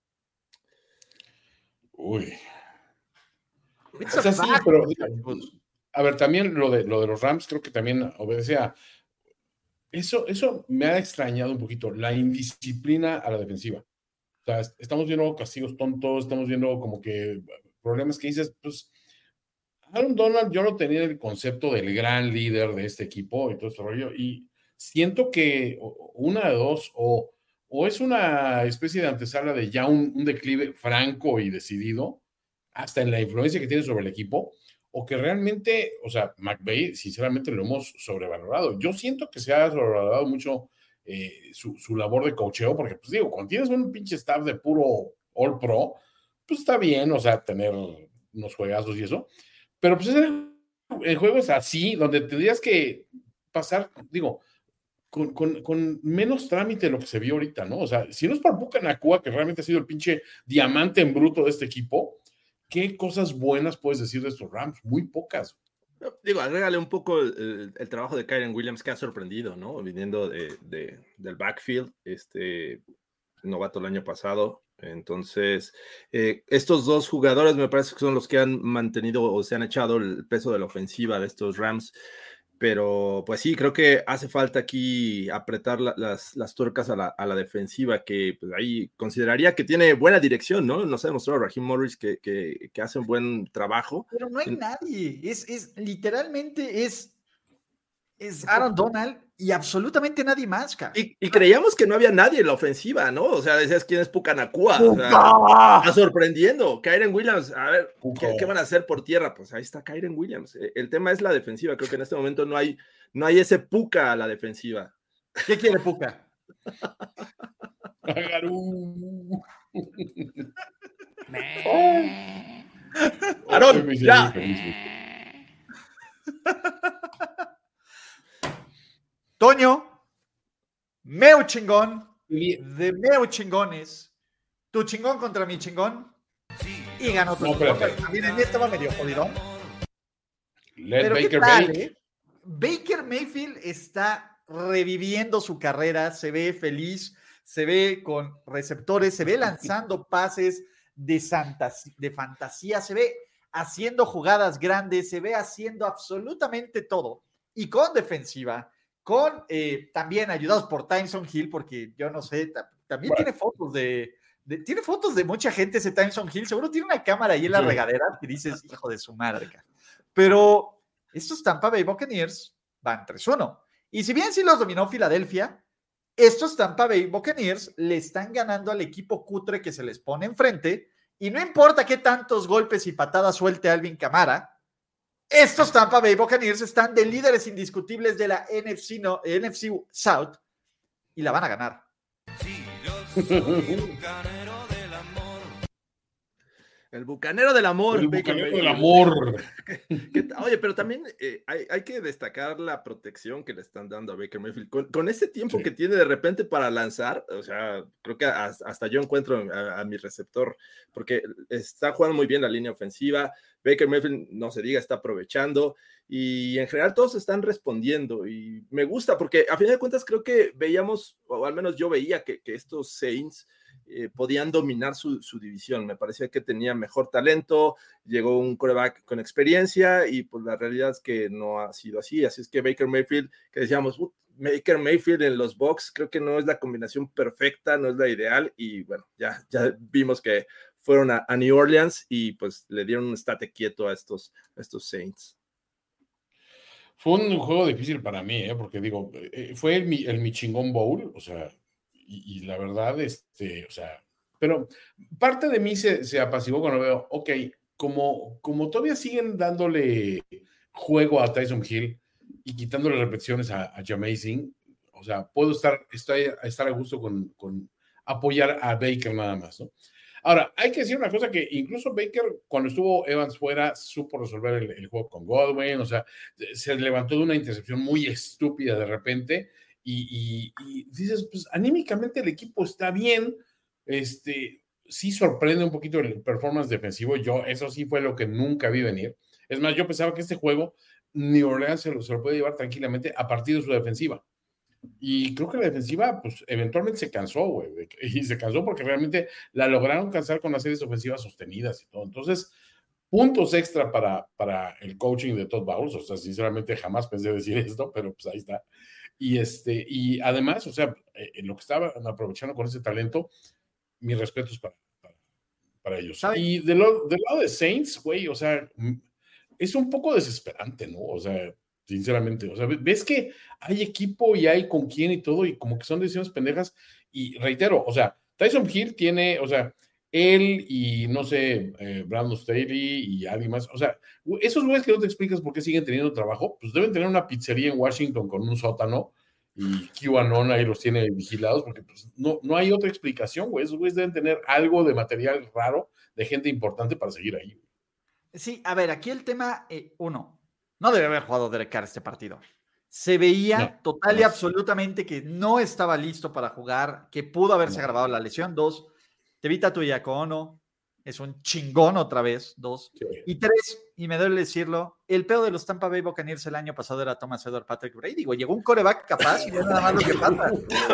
Uy. It's O a sea, sí, fact. pero a ver, también lo de, lo de los Rams creo que también obedece a eso, eso me ha extrañado un poquito, la indisciplina a la defensiva. O sea, estamos viendo castigos tontos, estamos viendo como que problemas que dices, pues, Aaron Donald, yo no tenía el concepto del gran líder de este equipo y todo ese rollo, y siento que una de dos, o, o es una especie de antesala de ya un, un declive franco y decidido, hasta en la influencia que tiene sobre el equipo, o que realmente, o sea, McVay, sinceramente lo hemos sobrevalorado. Yo siento que se ha sobrevalorado mucho eh, su, su labor de coacheo, porque, pues digo, cuando tienes un pinche staff de puro All Pro, pues está bien, o sea, tener unos juegazos y eso, pero pues el, el juego es así, donde tendrías que pasar, digo, con, con, con menos trámite de lo que se vio ahorita, ¿no? O sea, si no es por Puka Nacua, que realmente ha sido el pinche diamante en bruto de este equipo, ¿qué cosas buenas puedes decir de estos Rams? Muy pocas. Digo, agrégale un poco el, el, el trabajo de Kyren Williams, que ha sorprendido, ¿no? Viniendo de, de, del backfield, este novato el año pasado. Entonces, eh, estos dos jugadores me parece que son los que han mantenido o se han echado el peso de la ofensiva de estos Rams. Pero pues sí, creo que hace falta aquí apretar la, las, las tuercas a la, a la defensiva, que pues, ahí consideraría que tiene buena dirección, ¿no? Nos ha demostrado Raheem Morris que, que, que hace un buen trabajo. Pero no hay nadie, es, es literalmente es, es Aaron Donald y absolutamente nadie más, cara. Y, y creíamos que no había nadie en la ofensiva, ¿no? O sea, decías quién es Puka Nacua. O sea, está sorprendiendo. Kyren Williams, a ver, ¿qué, ¿qué van a hacer por tierra? Pues ahí está Kyren Williams. El tema es la defensiva. Creo que en este momento no hay, no hay ese Puka a la defensiva. ¿Qué quiere Puka? ¡Aarón, ya! Toño, meu chingón, de meu chingones, tu chingón contra mi chingón, y ganó tu No, chingón. espérate. También en estaba medio jodidón. Let Pero Baker ¿qué tal, bake. eh? Baker Mayfield está reviviendo su carrera, se ve feliz, se ve con receptores, se ve lanzando pases de, santas, de fantasía, se ve haciendo jugadas grandes, se ve haciendo absolutamente todo. Y con defensiva, con eh, también ayudados por Tyson Hill, porque yo no sé, ta- también Bueno. tiene fotos de, de- tiene fotos de mucha gente ese Tyson Hill, seguro tiene una cámara ahí en la Sí. regadera que dices, hijo de su madre, cara. Pero estos Tampa Bay Buccaneers van tres uno. Y si bien sí los dominó Filadelfia, estos Tampa Bay Buccaneers le están ganando al equipo cutre que se les pone enfrente, y no importa qué tantos golpes y patadas suelte Alvin Kamara, estos Tampa Bay Buccaneers están de líderes indiscutibles de la N F C, no, N F C South y la van a ganar. El bucanero del amor. El Baker bucanero del Mayfield. amor. ¿Qué tal? Oye, pero también eh, hay, hay que destacar la protección que le están dando a Baker Mayfield. Con, con ese tiempo Sí. que tiene de repente para lanzar, o sea, creo que hasta, hasta yo encuentro a, a mi receptor, porque está jugando muy bien la línea ofensiva. Baker Mayfield, no se diga, está aprovechando, y en general todos están respondiendo, y me gusta, porque a fin de cuentas creo que veíamos, o al menos yo veía que, que estos Saints Eh, podían dominar su, su división. Me parecía que tenía mejor talento, llegó un quarterback con experiencia, y pues la realidad es que no ha sido así. Así es que Baker Mayfield, que decíamos, uh, Baker Mayfield en los Bucs, creo que no es la combinación perfecta, no es la ideal, y bueno, ya, ya vimos que fueron a, a New Orleans y pues le dieron un estate quieto a estos, a estos Saints. Fue un juego difícil para mí, ¿eh? Porque digo, eh, fue el, el mi chingón bowl, o sea, y, y la verdad, este, o sea, pero parte de mí se, se apaciguó cuando veo, ok, como, como todavía siguen dándole juego a Tyson Hill y quitándole repeticiones a, a Jamazing, o sea, puedo estar, estar, estar a gusto con, con apoyar a Baker nada más, ¿no? Ahora, hay que decir una cosa, que incluso Baker, cuando estuvo Evans fuera, supo resolver el, el juego con Godwin, o sea, se levantó de una intercepción muy estúpida de repente, y, y, y dices, pues anímicamente el equipo está bien, este, sí sorprende un poquito el performance defensivo, yo, eso sí fue lo que nunca vi venir. Es más, yo pensaba que este juego New Orleans se lo, se lo puede llevar tranquilamente a partir de su defensiva. Y creo que la defensiva, pues, eventualmente se cansó, güey. Y se cansó porque realmente la lograron cansar con las series ofensivas sostenidas y todo. Entonces, puntos extra para, para el coaching de Todd Bowles. O sea, sinceramente jamás pensé decir esto, pero pues ahí está. Y, este, y además, o sea, eh, lo que estaban aprovechando con ese talento, mis respetos para, para, para ellos. ¿Sabe? Y del, del lado de Saints, güey, o sea, es un poco desesperante, ¿no? O sea, sinceramente, o sea, ves que hay equipo y hay con quién y todo, y como que son decisiones pendejas, y reitero, o sea, Tyson Hill tiene, o sea, él y, no sé, eh, Brandon Staley y alguien más, o sea, esos güeyes que no te explicas por qué siguen teniendo trabajo, pues deben tener una pizzería en Washington con un sótano, y QAnon ahí los tiene vigilados, porque pues, no, no hay otra explicación, güey, esos güeyes deben tener algo de material raro, de gente importante para seguir ahí. Sí, a ver, aquí el tema, eh, uno, no debe haber jugado Derek Carr este partido. Se veía no, total no. y absolutamente que no estaba listo para jugar, que pudo haberse no. agravado la lesión. Dos, Tevita Tuyacono es un chingón otra vez. Dos. Sí. Y tres, y me duele decirlo, el pedo de los Tampa Bay Buccaneers el año pasado era Thomas Edward Patrick Brady. Güey, llegó un coreback capaz y no nada más lo que pasa.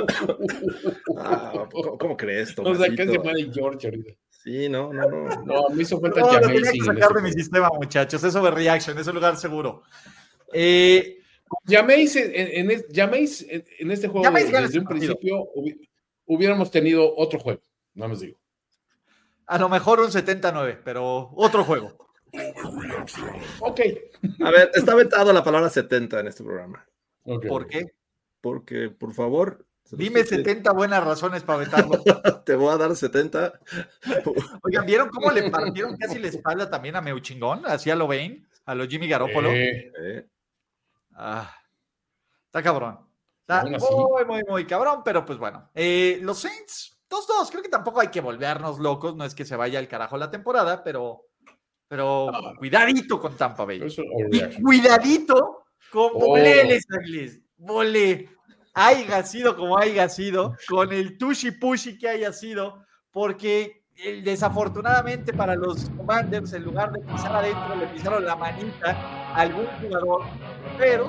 Ah, ¿cómo, ¿Cómo crees, Tomasito? O sea, que se muere George ahorita. Sí, no, no, no. No, a mí hizo falta no, Jamazing. Lo tenía que sacar de mi sistema, muchachos. Es overreaction, es un lugar seguro. Eh, Llaméis en, en, llaméis en, en este juego de, desde este un partido. Principio hubiéramos tenido otro juego, no me digo. A lo mejor un setenta a nueve, pero otro juego. Ok. A ver, está vetado la palabra setenta en este programa. Okay. ¿Por qué? Porque, por favor... Dime setenta buenas razones para vetarlo. Te voy a dar setenta. Oigan, ¿vieron cómo le partieron casi la espalda también a Meuchingón? Así a lo Bane, a lo Jimmy Garoppolo. Eh, eh. Ah, está cabrón. Está muy, muy, muy, muy cabrón, pero pues bueno. Eh, los Saints, dos dos, creo que tampoco hay que volvernos locos, no es que se vaya al carajo la temporada, pero, pero ah, cuidadito con Tampa Bay. Y cuidadito con oh. Volé, Volé. Haya sido como haya sido, con el tushy pushy que haya sido, porque eh, desafortunadamente para los Commanders, en lugar de pisar adentro, le pisaron la manita a algún jugador, pero...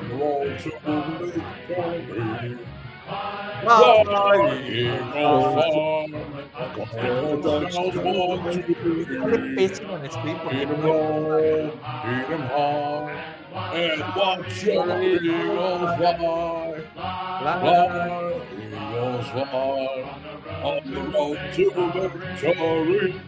Sale pésimo en screen porque and watch your Eagles fly, fly, Eagles fly, on the road to victory.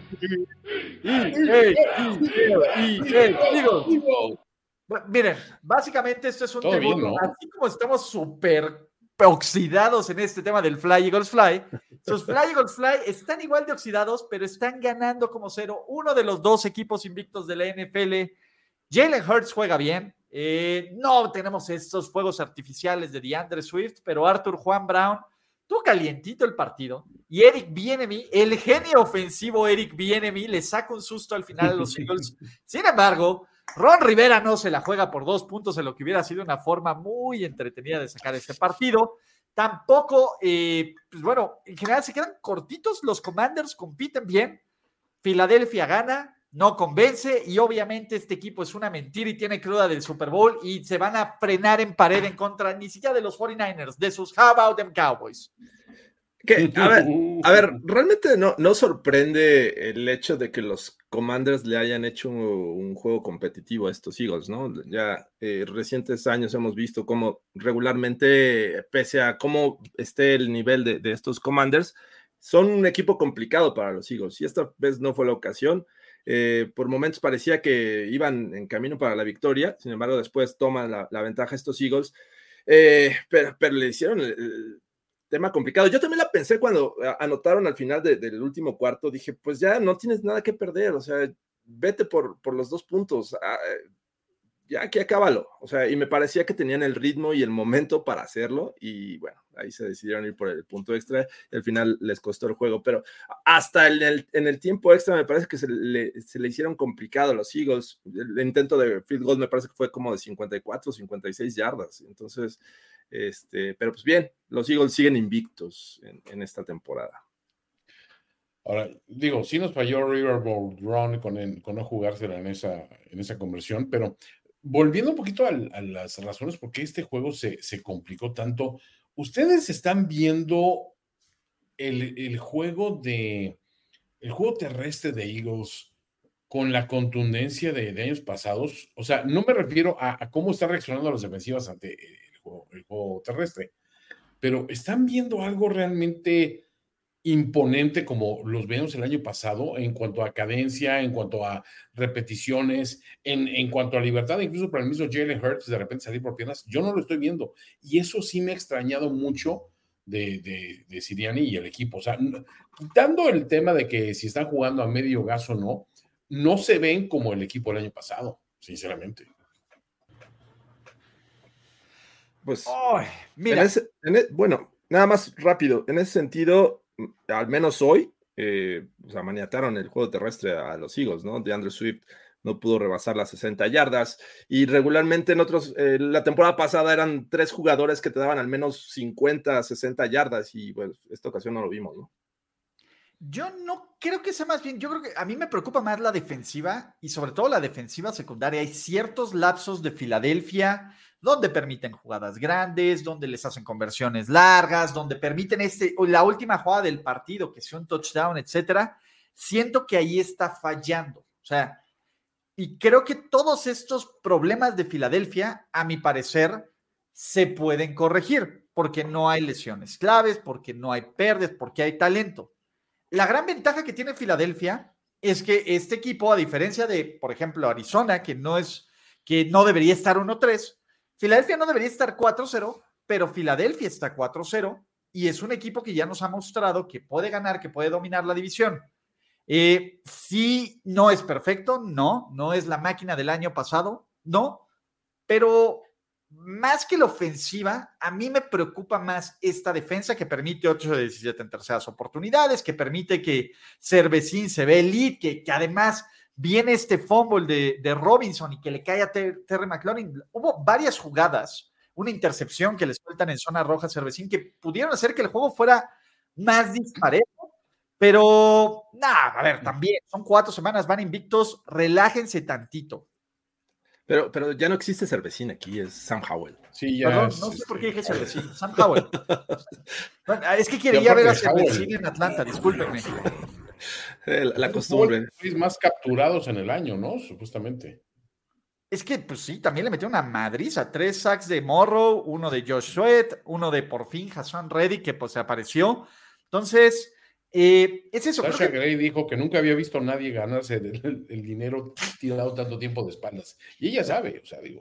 Eagles. Miren, básicamente esto es un tema, ¿no? Así como estamos súper oxidados en este tema del Fly Eagles Fly, sus Fly Eagles Fly están igual de oxidados, pero están ganando como cero uno de los dos equipos invictos de la N F L. Jalen Hurts juega bien. Eh, no tenemos estos fuegos artificiales de DeAndre Swift, pero Arthur Juan Brown tuvo calientito el partido y Eric Bieniemy, el genio ofensivo Eric Bieniemy, le saca un susto al final a los Eagles. Sin embargo, Ron Rivera no se la juega por dos puntos en lo que hubiera sido una forma muy entretenida de sacar este partido. Tampoco, eh, pues bueno, en general se quedan cortitos, los Commanders compiten bien, Filadelfia gana, no convence y obviamente este equipo es una mentira y tiene cruda del Super Bowl y se van a frenar en pared en contra ni siquiera de los cuarenta y nueve ers, de sus How About Them Cowboys. Que, a ver, a ver, realmente no, no sorprende el hecho de que los Commanders le hayan hecho un, un juego competitivo a estos Eagles, ¿no? Ya eh, recientes años hemos visto cómo regularmente, pese a cómo esté el nivel de, de estos Commanders, son un equipo complicado para los Eagles, y esta vez no fue la ocasión. Eh, por momentos parecía que iban en camino para la victoria, sin embargo después toman la, la ventaja estos Eagles, eh, pero, pero le hicieron el, el tema complicado. Yo también la pensé cuando anotaron al final de, del último cuarto, dije, pues ya no tienes nada que perder, o sea, vete por, por los dos puntos, ah, ya aquí acábalo, o sea, y me parecía que tenían el ritmo y el momento para hacerlo, y bueno, ahí se decidieron ir por el punto extra, y al final les costó el juego, pero hasta en el, en el tiempo extra me parece que se le, se le hicieron complicado a los Eagles. El intento de field goal me parece que fue como de cincuenta y cuatro, cincuenta y seis yardas, entonces, este, pero pues bien, los Eagles siguen invictos en, en esta temporada. Ahora, digo, sí nos falló Riverboat Run con, el, con no jugársela en esa, en esa conversión, pero volviendo un poquito a, a las razones por qué este juego se, se complicó tanto, ¿ustedes están viendo el, el juego de el juego terrestre de Eagles con la contundencia de, de años pasados? O sea, no me refiero a, a cómo están reaccionando las defensivas ante el juego, el juego terrestre, pero ¿están viendo algo realmente imponente como los vimos el año pasado en cuanto a cadencia, en cuanto a repeticiones, en, en cuanto a libertad, incluso para el mismo Jalen Hurts de repente salir por piernas? Yo no lo estoy viendo, y eso sí me ha extrañado mucho de, de, de Sirianni y el equipo. O sea, no, quitando el tema de que si están jugando a medio gas o no, no se ven como el equipo del año pasado, sinceramente. Pues, oh, mira. En ese, en el, bueno, nada más rápido, en ese sentido, al menos hoy, eh, o sea, maniataron el juego terrestre a los Eagles, ¿no? DeAndre Swift no pudo rebasar las sesenta yardas, y regularmente en otros, eh, la temporada pasada eran tres jugadores que te daban al menos cincuenta, sesenta yardas, y bueno, esta ocasión no lo vimos, ¿no? Yo no creo que sea más bien, yo creo que a mí me preocupa más la defensiva, y sobre todo la defensiva secundaria. Hay ciertos lapsos de Filadelfia donde permiten jugadas grandes, donde les hacen conversiones largas, donde permiten este, la última jugada del partido, que sea un touchdown, etcétera. Siento que ahí está fallando. O sea, y creo que todos estos problemas de Filadelfia, a mi parecer, se pueden corregir, porque no hay lesiones claves, porque no hay pérdidas, porque hay talento. La gran ventaja que tiene Filadelfia es que este equipo, a diferencia de, por ejemplo, Arizona, que no es, que no debería estar uno tres, Filadelfia no debería estar cuatro cero, pero Filadelfia está cuatro cero, y es un equipo que ya nos ha mostrado que puede ganar, que puede dominar la división. Eh, sí, no es perfecto, no, no es la máquina del año pasado, no, pero más que la ofensiva, a mí me preocupa más esta defensa que permite ocho de diecisiete en terceras oportunidades, que permite que Cervecín se ve elite, que, que además viene este fumble de, de Robinson y que le cae a Ter- Terry McLaurin. Hubo varias jugadas, una intercepción que le sueltan en zona roja a Cervecín, que pudieron hacer que el juego fuera más disparejo, pero nada, a ver, también son cuatro semanas, van invictos, relájense tantito. Pero, pero ya no existe Cervecín aquí, es Sam Howell. Sí, ya Perdón, es, no sé este... por qué dije Cervecín, Sam Howell. Bueno, es que quería ver a Cervecín en Atlanta, discúlpenme. La, la costumbre. Los más capturados en el año, ¿no? Supuestamente. Es que, pues sí, también le metió una madriza. Tres sacks de Morrow, uno de Josh Sweat, uno de por fin Hassan Reddick, que pues se apareció. Entonces, eh, es eso. Sasha que... Gray dijo que nunca había visto a nadie ganarse el, el dinero tirado tanto tiempo de espaldas. Y ella sabe, o sea, digo,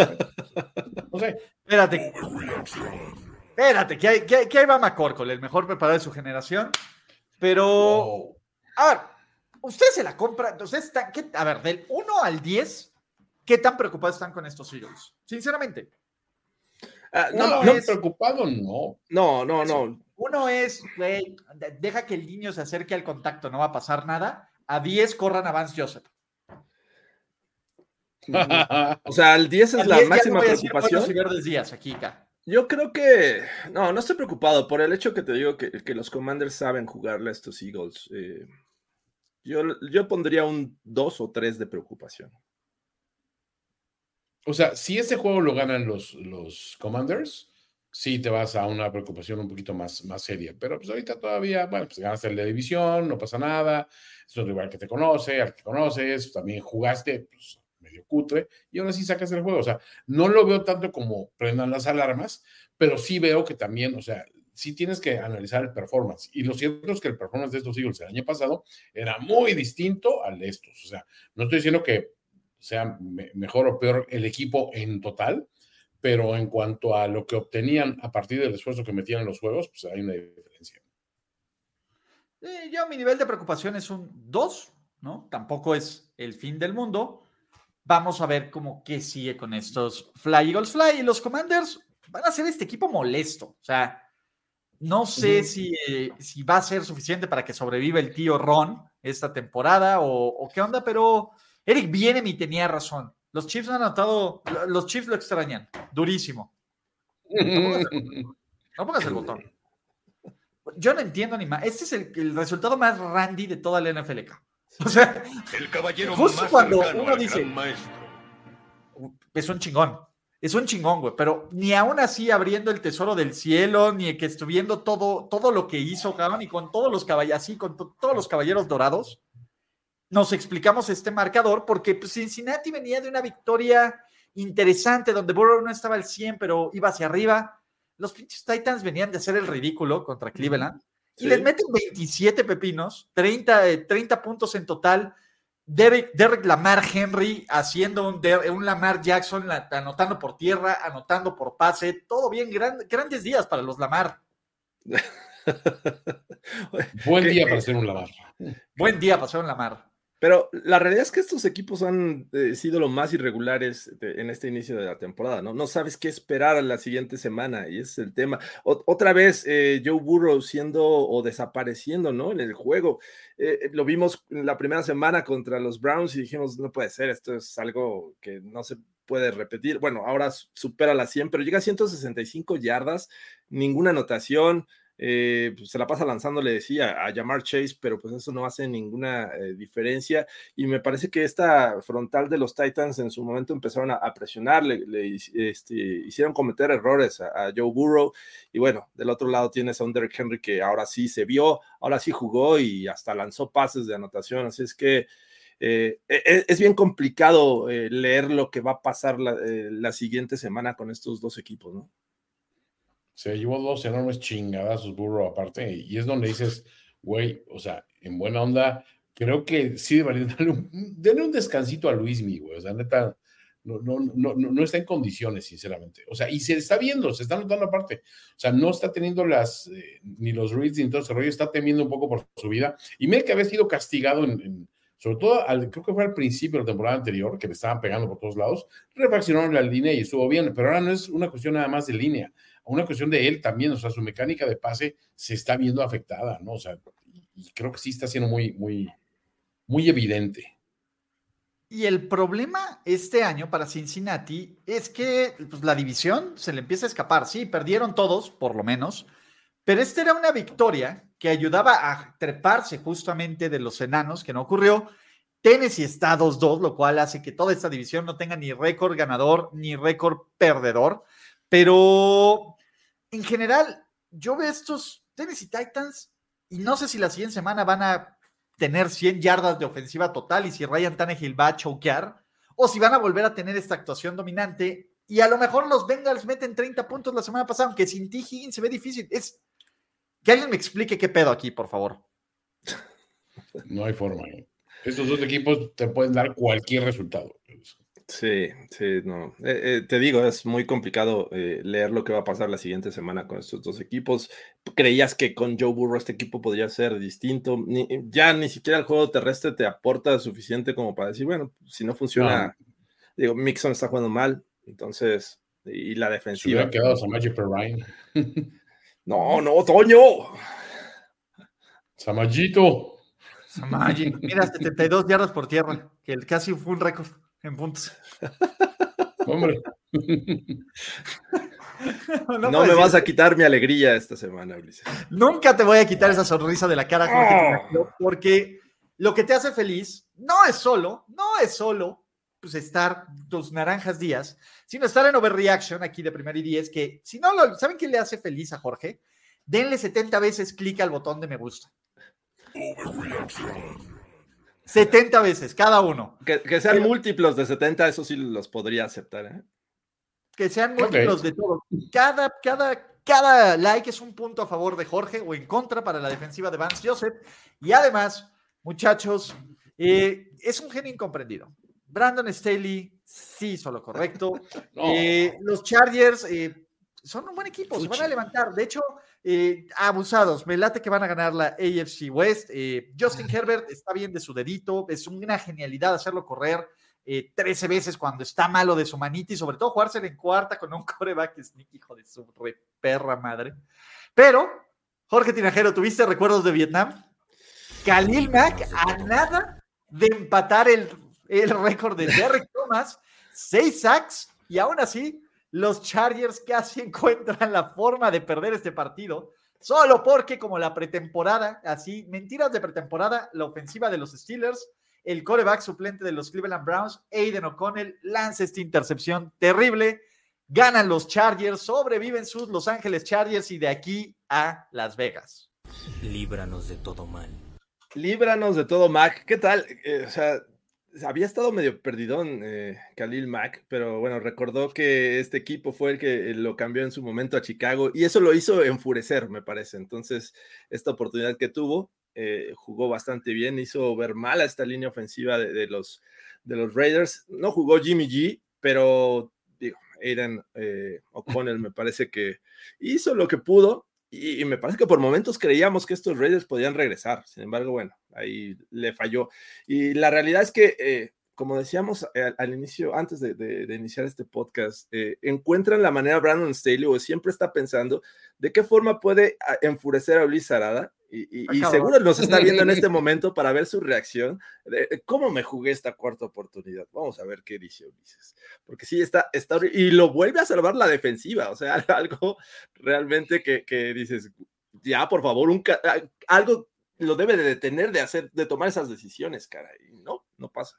no sé. Espérate. Espérate, que, hay, que, que ahí va McCorkle, el mejor preparado de su generación. Pero, wow. A ver, ustedes se la compran. Ustedes están, ¿qué, a ver, del uno al diez, ¿qué tan preocupados están con estos Eagles? Sinceramente. Uh, no, no, es, preocupado, no. No, no, no. Uno es, güey, deja que el niño se acerque al contacto, no va a pasar nada. A diez, corran a Vance Joseph. O sea, el diez es la máxima preocupación. Y verdes días, aquí, acá. Yo creo que, no, no estoy preocupado por el hecho que te digo que, que los Commanders saben jugarle a estos Eagles. Eh, yo, yo pondría un dos o tres de preocupación. O sea, si ese juego lo ganan los, los Commanders, sí te vas a una preocupación un poquito más, más seria. Pero pues ahorita todavía, bueno, pues ganaste la división, no pasa nada, es un rival que te conoce, al que conoces, también jugaste pues, medio cutre, y aún así sacas el juego. O sea, no lo veo tanto como prendan las alarmas, pero sí veo que también, o sea, sí tienes que analizar el performance. Y lo cierto es que el performance de estos Eagles el año pasado era muy distinto al de estos. O sea, no estoy diciendo que sea me- mejor o peor el equipo en total, pero en cuanto a lo que obtenían a partir del esfuerzo que metían en los juegos, pues hay una diferencia. Eh, yo mi nivel de preocupación es un dos, ¿no? Tampoco es el fin del mundo. Vamos a ver cómo qué sigue con estos Fly Eagles Fly. Y los Commanders van a ser este equipo molesto. O sea, no sé Ujú. si, eh, si va a ser suficiente para que sobreviva el tío Ron esta temporada o, o qué onda, pero Eric Bieniemy tenía razón. Los Chiefs han anotado, los Chiefs lo extrañan, durísimo. No pongas el, no pongas el botón. Yo no entiendo ni más. Este es el, el resultado más randy de toda la N F L K. O sea, El caballero justo más cuando cercano uno al dice, gran maestro. es un chingón. Es un chingón, güey, pero ni aún así abriendo el tesoro del cielo, ni que estuviendo todo, todo lo que hizo, cabrón, y con todos los caballeros, así, con to- todos los caballeros dorados, nos explicamos este marcador, porque pues, Cincinnati venía de una victoria interesante, donde Burrow no estaba al cien, pero iba hacia arriba. Los pinches Titans venían de hacer el ridículo contra Cleveland, y Sí. les meten veintisiete pepinos, treinta, eh, treinta puntos en total. Derek, Derek Lamar Henry haciendo un, Der- un Lamar Jackson, la- anotando por tierra, anotando por pase, todo bien, gran- grandes días para los Lamar. Buen Que- día que- para hacer un Lamar. Buen día pasaron Lamar. Pero la realidad es que estos equipos han eh, sido lo más irregulares de- en este inicio de la temporada, ¿no? No sabes qué esperar a la siguiente semana y ese es el tema. O- otra vez eh, Joe Burrow siendo o desapareciendo, ¿no? En el juego. Eh, lo vimos en la primera semana contra los Browns y dijimos, no puede ser, esto es algo que no se puede repetir. Bueno, ahora supera las cien, pero llega a ciento sesenta y cinco yardas, ninguna anotación. Eh, pues se la pasa lanzando, le decía, a Ja'Marr Chase, pero pues eso no hace ninguna eh, diferencia, y me parece que esta frontal de los Titans en su momento empezaron a, a presionar, le, le este, hicieron cometer errores a, a Joe Burrow, y bueno, del otro lado tienes a un Derrick Henry que ahora sí se vio, ahora sí jugó y hasta lanzó pases de anotación, así es que eh, es, es bien complicado eh, leer lo que va a pasar la, eh, la siguiente semana con estos dos equipos, ¿no? Se llevó dos enormes chingadazos Burrow aparte, y es donde dices, güey, o sea, en buena onda, creo que sí deberían darle un, denle un descansito a Luismi, güey, o sea, neta, no, no, no, no, no está en condiciones, sinceramente, o sea, y se está viendo, se está notando aparte, o sea, no está teniendo las, eh, ni los reads ni todo ese rollo, está temiendo un poco por su vida, y mira que había sido castigado en, en sobre todo, al, creo que fue al principio de la temporada anterior, que le estaban pegando por todos lados, refaccionaron la línea y estuvo bien, pero ahora no es una cuestión nada más de línea, una cuestión de él también, o sea, su mecánica de pase se está viendo afectada, ¿no? O sea, y, y creo que sí está siendo muy, muy, muy evidente. Y el problema este año para Cincinnati es que pues, la división se le empieza a escapar. Sí, perdieron todos, por lo menos, pero esta era una victoria que ayudaba a treparse justamente de los enanos, que no ocurrió. Tennessee está dos dos, lo cual hace que toda esta división no tenga ni récord ganador ni récord perdedor. Pero en general, yo veo estos Tennessee Titans y no sé si la siguiente semana van a tener cien yardas de ofensiva total y si Ryan Tannehill va a choquear o si van a volver a tener esta actuación dominante y a lo mejor los Bengals meten treinta puntos la semana pasada, aunque sin T. Higgins se ve difícil. Es que alguien me explique qué pedo aquí, por favor. No hay forma, ¿eh? Estos dos equipos te pueden dar cualquier resultado. Sí, sí, no. Eh, eh, te digo, es muy complicado eh, leer lo que va a pasar la siguiente semana con estos dos equipos. ¿Creías que con Joe Burrow este equipo podría ser distinto? Ni, ya ni siquiera el juego terrestre te aporta suficiente como para decir, bueno, si no funciona, no. Digo, Mixon está jugando mal, entonces, y la defensiva. Se hubiera quedado Samaje Perrine. No, no, Toño. Samajito. Samaje, mira, setenta y dos yardas por tierra, que casi fue un récord en puntos. Hombre. No, no me vas a quitar mi alegría esta semana, Ulises. Nunca te voy a quitar esa sonrisa de la cara, Jorge, Oh. porque lo que te hace feliz no es solo, no es solo pues, estar tus naranjas días, sino estar en overreaction aquí de primer y diez, que si no, lo, ¿saben qué le hace feliz a Jorge? Denle setenta veces clic al botón de me gusta. setenta veces, cada uno. Que, que sean Pero, múltiplos de setenta, eso sí los podría aceptar, ¿eh? Que sean múltiplos okay. de todo. Cada, cada, cada like es un punto a favor de Jorge o en contra para la defensiva de Vance Joseph. Y además, muchachos, eh, es un genio incomprendido. Brandon Staley sí hizo lo correcto. No. Eh, los Chargers eh, son un buen equipo, Uchi. se van a levantar. De hecho, eh, abusados. Me late que van a ganar la A F C West. Eh, Justin Herbert está bien de su dedito. Es una genialidad hacerlo correr eh, trece veces cuando está malo de su manita y sobre todo jugársela en cuarta con un quarterback sneak, hijo de su re perra madre. Pero, Jorge Tinajero, ¿tuviste recuerdos de Vietnam? Khalil Mack a nada de empatar el, el récord de Derrick Thomas, seis sacks, y aún así los Chargers casi encuentran la forma de perder este partido, solo porque como la pretemporada, así, mentiras de pretemporada, la ofensiva de los Steelers, el quarterback suplente de los Cleveland Browns, Aiden O'Connell, lanza esta intercepción terrible, ganan los Chargers, sobreviven sus Los Ángeles Chargers y de aquí a Las Vegas. Líbranos de todo mal. Líbranos de todo, Mac. ¿Qué tal? Eh, o sea, había estado medio perdidón eh, Khalil Mack, pero bueno, recordó que este equipo fue el que lo cambió en su momento a Chicago y eso lo hizo enfurecer, me parece. Entonces, esta oportunidad que tuvo, eh, jugó bastante bien, hizo ver mal a esta línea ofensiva de, de, los, de los Raiders. No jugó Jimmy G, pero digo, Aiden eh, O'Connell me parece que hizo lo que pudo. Y, y me parece que por momentos creíamos que estos Raiders podían regresar, sin embargo, bueno, ahí le falló. Y la realidad es que, eh, como decíamos al, al inicio, antes de, de, de iniciar este podcast, eh, encuentran la manera Brandon Staley, o siempre está pensando de qué forma puede enfurecer a Ulises Arada, y, y, y seguro nos está viendo en este momento para ver su reacción, de, de cómo me jugué esta cuarta oportunidad. Vamos a ver qué dice Ulises, porque sí, está, está y lo vuelve a salvar la defensiva, o sea, algo realmente que, que dices, ya, por favor, un, algo lo debe de detener de hacer, de tomar esas decisiones, cara, y no, no pasa.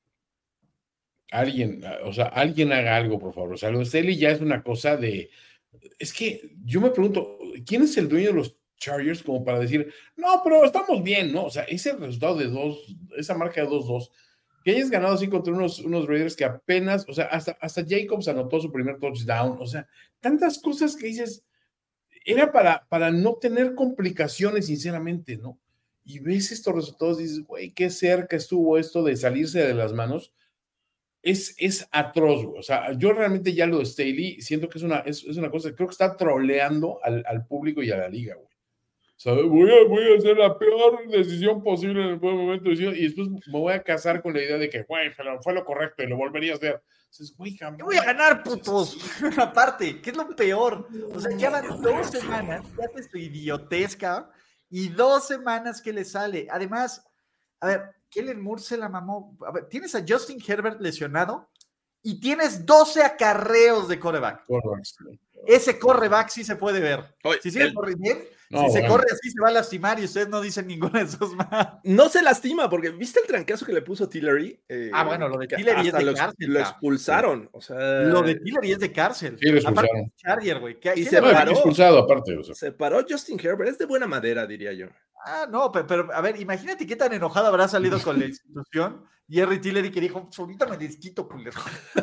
Alguien, o sea, alguien haga algo, por favor. O sea, lo de Staley ya es una cosa de, es que yo me pregunto, ¿quién es el dueño de los Chargers como para decir, no, pero estamos bien, ¿no? O sea, ese resultado de dos, esa marca de dos dos, que hayas ganado así contra unos, unos Raiders que apenas, o sea, hasta, hasta Jacobs anotó su primer touchdown, o sea, tantas cosas que dices, era para, para no tener complicaciones, sinceramente, ¿no? Y ves estos resultados y dices, güey, qué cerca estuvo esto de salirse de las manos. Es, es atroz, güey. O sea, yo realmente ya lo de Staley siento que es una, es, es una cosa, creo que está troleando al, al público y a la liga, güey. O sea, voy a, voy a hacer la peor decisión posible en el buen momento y después me voy a casar con la idea de que, güey, fue lo correcto y lo volvería a hacer. Entonces, güey, ¿qué voy a ganar, putos? Aparte, ¿qué es lo peor? O sea, ya van dos semanas, ya haces tu idiotesca y dos semanas que le sale. Además, a ver, Kellen Moore se la mamó. A ver, tienes a Justin Herbert lesionado y tienes doce acarreos de quarterback. Ese quarterback sí se puede ver. Oye, si sigue el... corriendo bien, no, si bueno. se corre así se va a lastimar y ustedes no dicen ninguna de esos más. No se lastima, porque ¿viste el trancazo que le puso Tillery? Eh, ah, bueno, lo de Tillery es de lo, cárcel. Lo expulsaron, sí. o sea... Lo de Tillery es de cárcel. Sí, lo expulsaron. Charger, güey. Y se paró. Expulsado, aparte. O sea. Se paró Justin Herbert, es de buena madera, diría yo. Ah, no, pero, pero a ver, imagínate qué tan enojado habrá salido con la institución Jerry Tillery que dijo, ahorita me desquito, culero.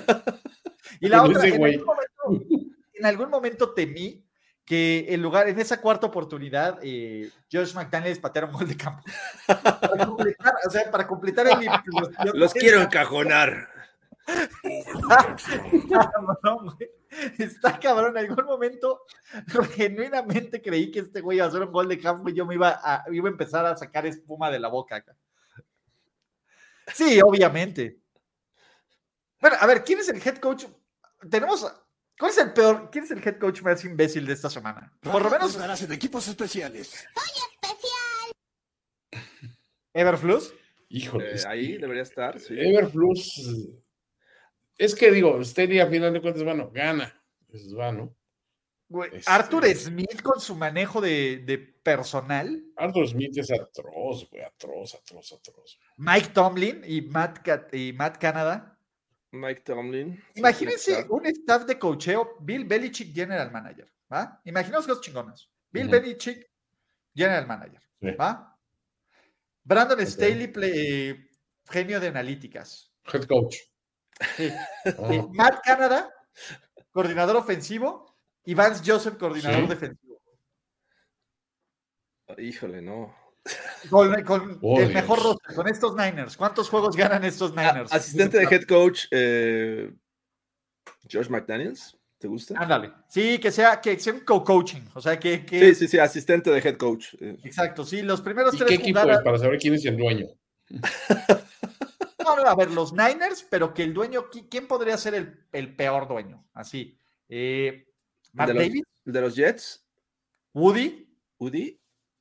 Y la otra, en algún, momento, en algún momento temí que en lugar, en esa cuarta oportunidad, eh, Josh McDaniels pateara un gol de campo. Para completar, o sea, para completar el... Los, los, los quiero encajonar. Cabrón, güey. Está cabrón, en algún momento genuinamente creí que este güey iba a hacer un gol de campo y yo me iba a, iba a empezar a sacar espuma de la boca acá. Sí, obviamente. Bueno, a ver, ¿quién es el head coach? Tenemos, ¿cuál es el peor? ¿Quién es el head coach más imbécil de esta semana? Por lo menos en equipos especiales. ¡Soy especial! ¿Everflux? Híjole. Eh, ahí debería estar, sí. Everflux. Es que digo, Staley a final de cuentas, bueno, gana. Es vano. Güey, este... Arthur Smith con su manejo de, de personal. Arthur Smith es atroz, güey, atroz, atroz, atroz. Mike Tomlin y Matt, y Matt Canada. Mike Tomlin. Imagínense un staff de coacheo, Bill Belichick, general manager, ¿va? Imaginaos cosas chingonas. Bill uh-huh. Belichick, general manager, sí. ¿va? Brandon okay. Staley, play, genio de analíticas. Head coach. Sí. Oh. eh, Matt Canada, coordinador ofensivo, y Vance Joseph, coordinador ¿Sí? defensivo. Híjole, no. Con, con oh, el Dios. mejor roster, con estos Niners. ¿Cuántos juegos ganan estos Niners? A- asistente de head coach, eh, George McDaniels, ¿te gusta? Ándale. Sí, que sea, que sea un co-coaching. O sea, que, que... Sí, sí, sí, asistente de head coach. Exacto, sí, los primeros ¿Y tres qué equipo jugadas... es para saber quién es el dueño? No, no, a ver, los Niners, pero que el dueño, ¿quién podría ser el, el peor dueño? Así. Eh, Mark ¿De los, Davis. ¿De los Jets? ¿Woody? ¿Woody?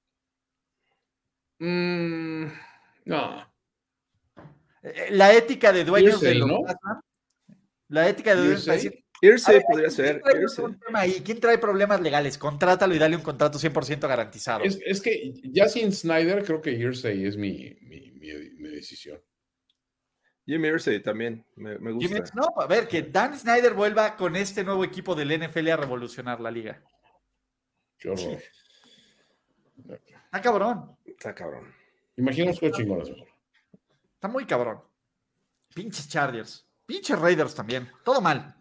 Mm, no. La ética de dueños Irsay, de los ¿no? La ética de dueños Irsay, Irsay ver, podría ¿quién ser. Trae Irsay. un tema ahí? ¿Quién trae problemas legales? Contrátalo y dale un contrato cien por ciento garantizado. Es, es que ya sin Snyder, creo que Irsay es mi, mi, mi, mi decisión. Jimmy Irsay también, me, me gusta. Jimmy, no, a ver, que Dan Snyder vuelva con este nuevo equipo del N F L a revolucionar la liga. Qué horror. Sí. Está cabrón. Está cabrón. Imagínate qué chingones. Está muy cabrón. Pinches Chargers. Pinches Raiders también. Todo mal.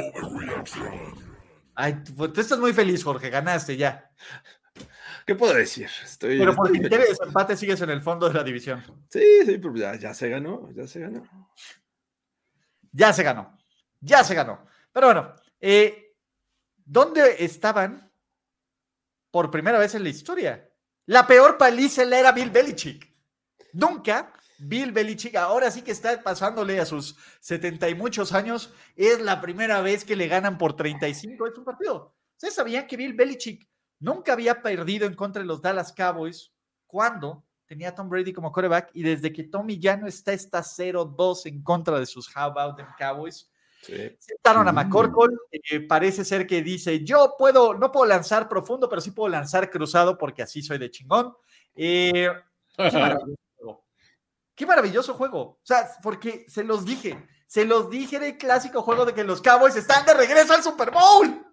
Ay, tú, tú estás muy feliz, Jorge. Ganaste ya. ¿Qué puedo decir? Estoy, pero por estoy criterio de desempate sigues en el fondo de la división. Sí, sí, pero ya, ya se ganó. Ya se ganó. Ya se ganó. Ya se ganó. Pero bueno, eh, ¿dónde estaban por primera vez en la historia? La peor paliza la era Bill Belichick. Nunca Bill Belichick, ahora sí que está pasándole a sus setenta y muchos años, es la primera vez que le ganan por treinta y cinco en un partido. ¿Ustedes sabían que Bill Belichick nunca había perdido en contra de los Dallas Cowboys cuando tenía a Tom Brady como quarterback? Y desde que Tommy ya no está, está cero dos en contra de sus How About Them Cowboys. Sí. Sentaron a McCorkle, eh, parece ser que dice, yo puedo, no puedo lanzar profundo, pero sí puedo lanzar cruzado porque así soy de chingón. Eh, qué maravilloso juego. Qué maravilloso juego. O sea, porque se los dije, se los dije del clásico juego de que los Cowboys están de regreso al Super Bowl.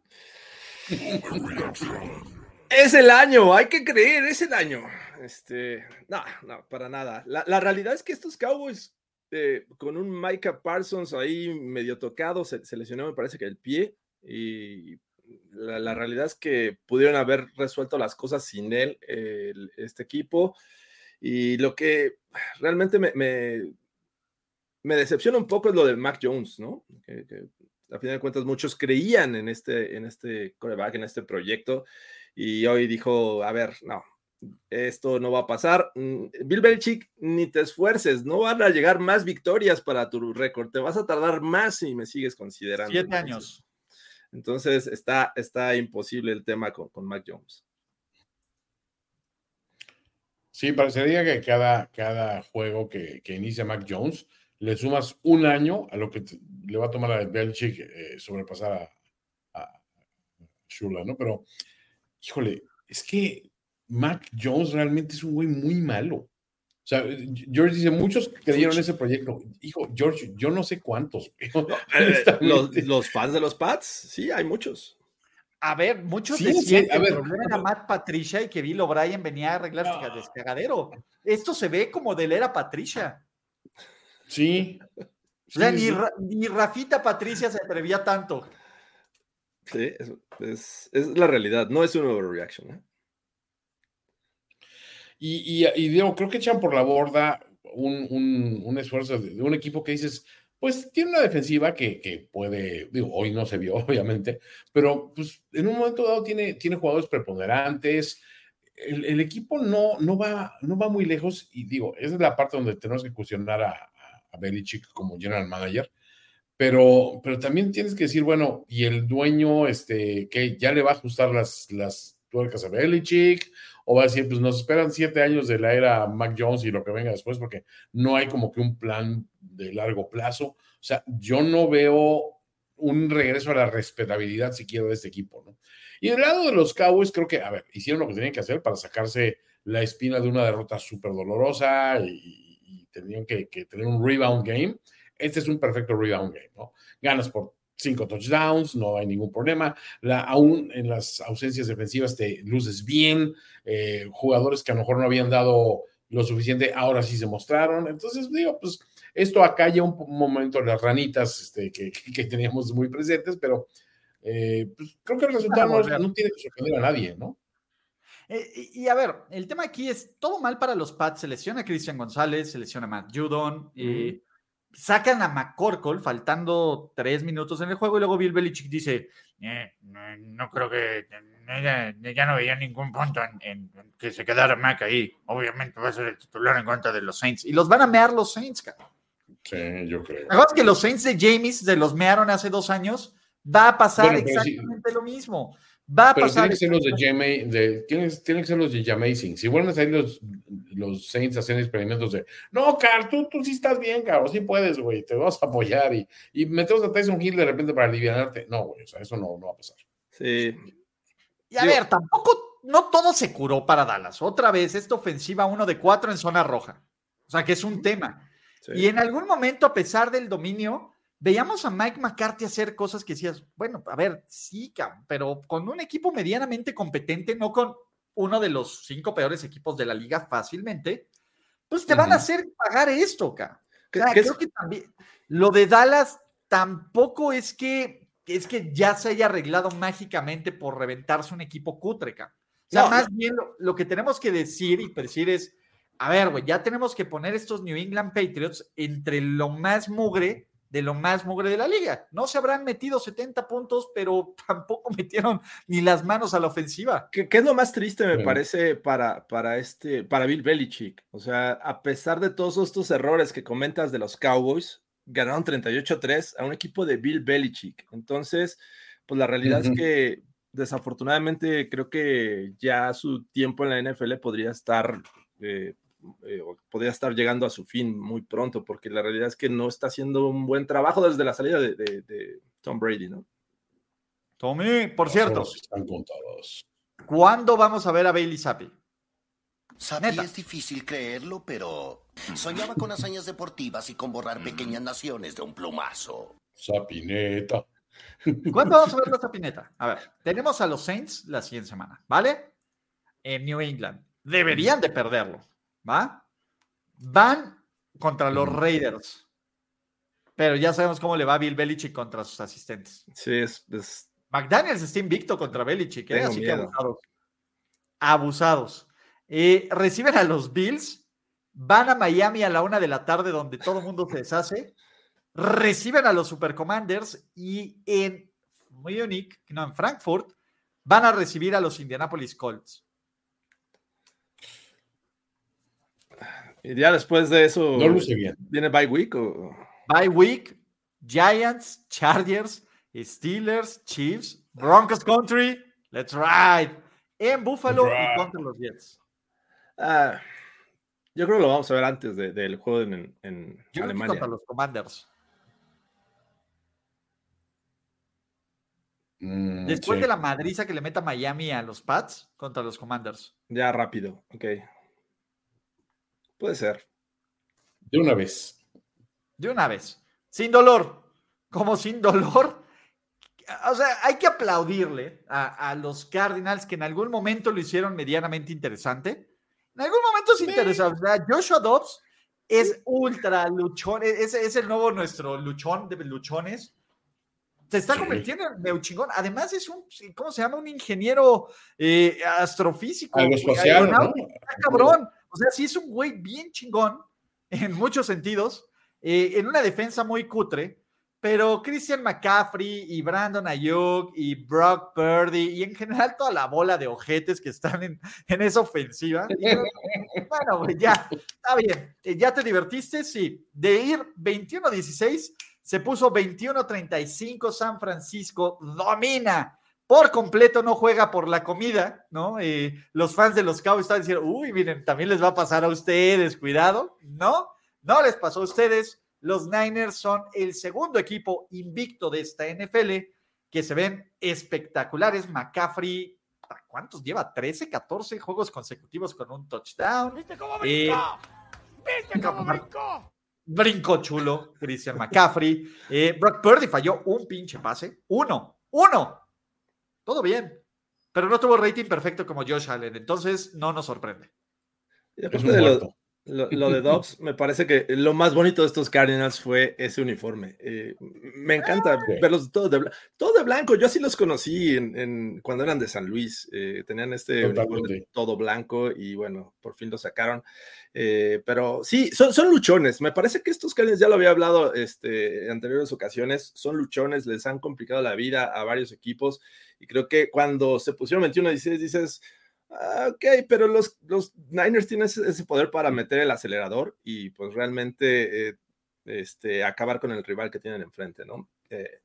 Es el año, hay que creer, es el año. Este, no, no, para nada. La, la realidad es que estos Cowboys, eh, con un Micah Parsons ahí medio tocado, se, se lesionó, me parece que el pie, y la, la realidad es que pudieron haber resuelto las cosas sin él, eh, este equipo. Y lo que realmente me, me, me decepciona un poco es lo de Mac Jones, ¿no? Que, que a fin de cuentas muchos creían en este, en este quarterback, en este proyecto, y hoy dijo, a ver, no, esto no va a pasar. Bill Belichick, ni te esfuerces, no van a llegar más victorias para tu récord, te vas a tardar más si me sigues considerando. Siete años. Entonces está, está imposible el tema con, con Mac Jones. Sí, parecería que cada, cada juego que, que inicia Mac Jones le sumas un año a lo que te, le va a tomar a Belichick eh, sobrepasar a, a Shula, ¿no? Pero, híjole, es que Mac Jones realmente es un güey muy malo. O sea, George dice, muchos creyeron en ese proyecto. Hijo, George, yo no sé cuántos. No, eh, los, los fans de los Pats, sí, hay muchos. A ver, muchos sí, decían sí, que el ver, problema era Matt Patricia y que Bill O'Brien venía a arreglar este no. descagadero. Esto se ve como de la era Patricia. Sí. O sea, sí, ni, sí. Ra, ni Rafita Patricia se atrevía tanto. Sí, es, es, es la realidad, no es una overreaction. ¿eh? Y, y, y digo, creo que echan por la borda un, un, un esfuerzo de, de un equipo que dices, pues tiene una defensiva que, que puede, digo, hoy no se vio, obviamente, pero pues en un momento dado tiene, tiene jugadores preponderantes. El, el equipo no, no, va, no va muy lejos, y digo, esa es la parte donde tenemos que cuestionar a, a Belichick como general manager, pero, pero también tienes que decir, bueno, y el dueño, este, que ya le va a ajustar las, las tuercas a Belichick, o va a decir, pues nos esperan siete años de la era Mac Jones y lo que venga después, porque no hay como que un plan de largo plazo. O sea, yo no veo un regreso a la respetabilidad siquiera de este equipo, ¿no? Y del lado de los Cowboys, creo que, a ver, hicieron lo que tenían que hacer para sacarse la espina de una derrota súper dolorosa y, y tenían que, que tener un rebound game. este es un perfecto rebound game, ¿no? Ganas por cinco touchdowns, no hay ningún problema. La, aún en las ausencias defensivas te luces bien. Eh, jugadores que a lo mejor no habían dado lo suficiente, ahora sí se mostraron. Entonces, digo, pues esto acalla un, un momento las ranitas este, que, que, que teníamos muy presentes, pero eh, pues, creo que el resultado no, no tiene que sorprender a nadie, ¿no? Eh, y, y a ver, el tema aquí es todo mal para los Pats. Se lesiona a Christian González, se lesiona a Matt Judon, eh, mm. sacan a McCorkle faltando tres minutos en el juego y luego Bill Belichick dice, eh, no, no creo que, ya, ya no veía ningún punto en, en, en que se quedara Mac ahí. Obviamente va a ser el titular en contra de los Saints. Y los van a mear los Saints, cara. Sí, yo creo. ¿Acuerdas que los Saints de James se los mearon hace dos años? Va a pasar bueno, exactamente sí. lo mismo. Va a pero pasar. Tienen que ser los de Jamie, de, tienen, tienen que ser los de Jamazing. Si vuelven a salir los, los Saints a hacer experimentos de no, Car, tú, tú sí estás bien, Car, sí puedes, güey, te vas a apoyar y, y metemos a Tyson Hill de repente para alivianarte. No, güey, o sea, eso no, no va a pasar. Sí. Y a Digo, ver, tampoco, no todo se curó para Dallas. Otra vez, esta ofensiva uno de cuatro en zona roja. O sea, que es un tema. Sí. Y en algún momento, a pesar del dominio, veíamos a Mike McCarthy hacer cosas que decías, bueno, a ver, sí, pero con un equipo medianamente competente, no con uno de los cinco peores equipos de la liga fácilmente, pues te uh-huh. van a hacer pagar esto, ca. O sea, creo es? que también lo de Dallas tampoco es que, es que ya se haya arreglado mágicamente por reventarse un equipo cutre, ca. O sea, no, más no. bien lo, lo que tenemos que decir y decir es, a ver, güey, ya tenemos que poner estos New England Patriots entre lo más mugre de lo más mugre de la liga. No se habrán metido setenta puntos, pero tampoco metieron ni las manos a la ofensiva. ¿Qué, qué es lo más triste, me sí. parece, para, para, este, para Bill Belichick? O sea, a pesar de todos estos errores que comentas de los Cowboys, ganaron treinta y ocho a tres a un equipo de Bill Belichick. Entonces, pues la realidad uh-huh. es que desafortunadamente creo que ya su tiempo en la N F L podría estar... Eh, Eh, podría estar llegando a su fin muy pronto, porque la realidad es que no está haciendo un buen trabajo desde la salida de, de, de Tom Brady, ¿no? Tommy, por Los cierto, están contados. ¿Cuándo vamos a ver a Bailey Zappi? Zappi es difícil creerlo, pero soñaba con hazañas deportivas y con borrar pequeñas naciones de un plumazo. Zapineta. ¿Cuándo vamos a ver la Zapineta? A ver, tenemos a los Saints la siguiente semana, ¿vale? En New England. Deberían de perderlo. ¿Va? Van contra los Raiders. Pero ya sabemos cómo le va a Bill Belichick contra sus asistentes. Sí, es... es... McDaniels está invicto contra Belichick, ¿eh? Así miedo. que abusados. Abusados. Eh, reciben a los Bills, van a Miami a la una de la tarde, donde todo el mundo se deshace. Reciben a los Super Commanders y en Munich, no, en Frankfurt, van a recibir a los Indianapolis Colts. Y ya después de eso, no luce bien. ¿Viene bye week o...? Bye week, Giants, Chargers, Steelers, Chiefs, Broncos Country, let's ride, en Buffalo y contra los Jets. Ah, yo creo que lo vamos a ver antes de, del juego en, en yo Alemania. Contra los Commanders. Mm, Después sí. de la madriza que le meta Miami a los Pats, contra los Commanders. Ya rápido, ok. Puede ser. De una vez. De una vez. Sin dolor. Como sin dolor. O sea, hay que aplaudirle a, a los Cardinals que en algún momento lo hicieron medianamente interesante. En algún momento es interesante. O sea, Joshua Dobbs es ultra luchón. Es, es el nuevo nuestro luchón de luchones. Se está convirtiendo en neuchingón. Además es un, ¿cómo se llama? Un ingeniero eh, astrofísico. Aeroespacial, ¿no? Cabrón. O sea, sí es un güey bien chingón en muchos sentidos, eh, en una defensa muy cutre, pero Christian McCaffrey y Brandon Ayuk y Brock Purdy y en general toda la bola de ojetes que están en, en esa ofensiva. Y, bueno, güey, ya, está bien. ¿Ya te divertiste? Sí. De ir veintiuno a dieciséis, se puso veintiuno a treinta y cinco. San Francisco domina. Por completo, no juega por la comida, ¿no? Eh, los fans de los Cowboys están diciendo, uy, miren, también les va a pasar a ustedes, cuidado. No, no les pasó a ustedes. Los Niners son el segundo equipo invicto de esta N F L, que se ven espectaculares. McCaffrey, ¿cuántos lleva? trece, catorce juegos consecutivos con un touchdown. ¿Viste cómo brincó? Eh, ¿Viste cómo brincó? Brinco chulo, Christian McCaffrey. Eh, Brock Purdy falló un pinche pase. Uno, uno. Todo bien. Pero no tuvo rating perfecto como Josh Allen. Entonces, no nos sorprende. Y aparte de lo, lo, lo de Dobbs, me parece que lo más bonito de estos Cardinals fue ese uniforme. Eh, me encanta sí. verlos todos de, todo de blanco. Yo así los conocí en, en, cuando eran de San Luis. Eh, tenían este Totalmente. uniforme todo blanco y bueno, por fin lo sacaron. Eh, pero sí, son, son luchones. Me parece que estos Cardinals, ya lo había hablado este, en anteriores ocasiones, son luchones, les han complicado la vida a varios equipos. Y creo que cuando se pusieron veintiuno a dieciséis dices... Ah, ok, pero los, los Niners tienen ese, ese poder para meter el acelerador y pues realmente eh, este, acabar con el rival que tienen enfrente, ¿no? Eh,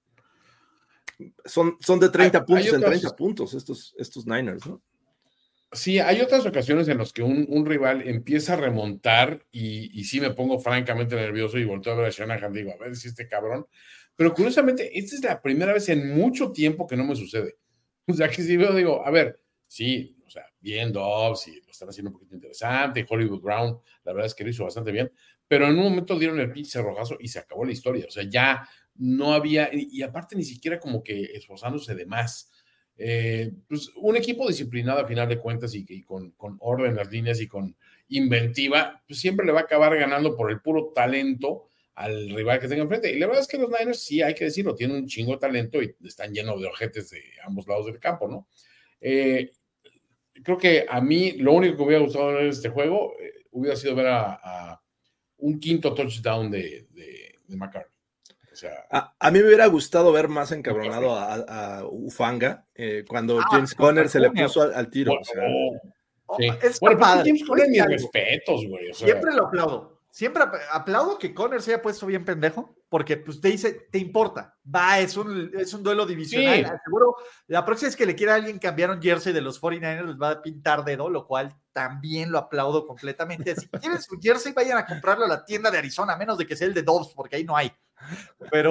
son, son de treinta hay, puntos hay en otras, treinta puntos estos, estos Niners, ¿no? Sí, hay otras ocasiones en las que un, un rival empieza a remontar y, y sí me pongo francamente nervioso y volteo a ver a Shanahan y digo, a ver si este cabrón, pero curiosamente esta es la primera vez en mucho tiempo que no me sucede. O sea, que si veo, digo, a ver, sí, o sea, bien Dobbs y lo están haciendo un poquito interesante, Hollywood Brown, la verdad es que lo hizo bastante bien, pero en un momento dieron el pinche cerrojazo y se acabó la historia, o sea, ya no había, y, y aparte ni siquiera como que esforzándose de más. Eh, pues un equipo disciplinado a final de cuentas y, y con, con orden en las líneas y con inventiva, pues siempre le va a acabar ganando por el puro talento al rival que tenga enfrente. Y la verdad es que los Niners, sí, hay que decirlo, tienen un chingo de talento y están llenos de ojetes de ambos lados del campo, ¿no? Eh, creo que a mí lo único que hubiera gustado ver en este juego eh, hubiera sido ver a, a un quinto touchdown de, de, de McCarthy. O sea, a, a mí me hubiera gustado ver más encabronado a, a Ufanga eh, cuando ah, James Conner se le puso al, al tiro. Bueno, o sea, oh, sí. Es bueno, pero padre. James Conner, mis respetos, güey. O sea, siempre lo aplaudo. Siempre aplaudo que Conner se haya puesto bien pendejo, porque pues te dice, te importa, va, es un, es un duelo divisional, sí. Seguro, la próxima vez que le quiera a alguien cambiar un jersey de los cuarenta y nueve les va a pintar dedo, lo cual también lo aplaudo completamente. Si quieren su jersey, vayan a comprarlo a la tienda de Arizona, a menos de que sea el de Dobbs, porque ahí no hay. Pero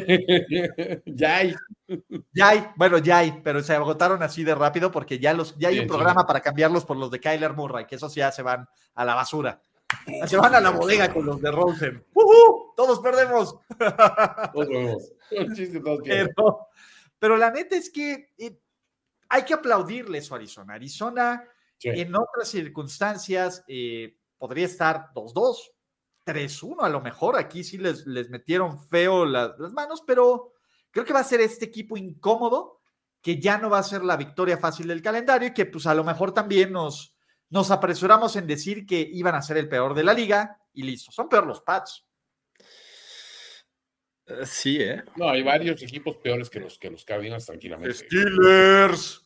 ya hay. Ya hay, bueno, ya hay, pero se agotaron así de rápido porque ya, los, ya hay sí, un programa sí. para cambiarlos por los de Kyler Murray, que esos ya se van a la basura. Se van a la bodega con los de Rosen. ¡Uh-huh! Todos perdemos. Todos perdemos. Pero, pero la neta es que eh, hay que aplaudirle eso a Arizona. Arizona, sí. en otras circunstancias, eh, podría estar dos dos, tres uno a lo mejor. Aquí sí les, les metieron feo la, las manos, pero creo que va a ser este equipo incómodo, que ya no va a ser la victoria fácil del calendario y que pues a lo mejor también nos Nos apresuramos en decir que iban a ser el peor de la liga y listo. Son peor los Pats. Uh, sí, ¿eh? No, hay varios equipos peores que los, que los Cardinals, tranquilamente. Steelers.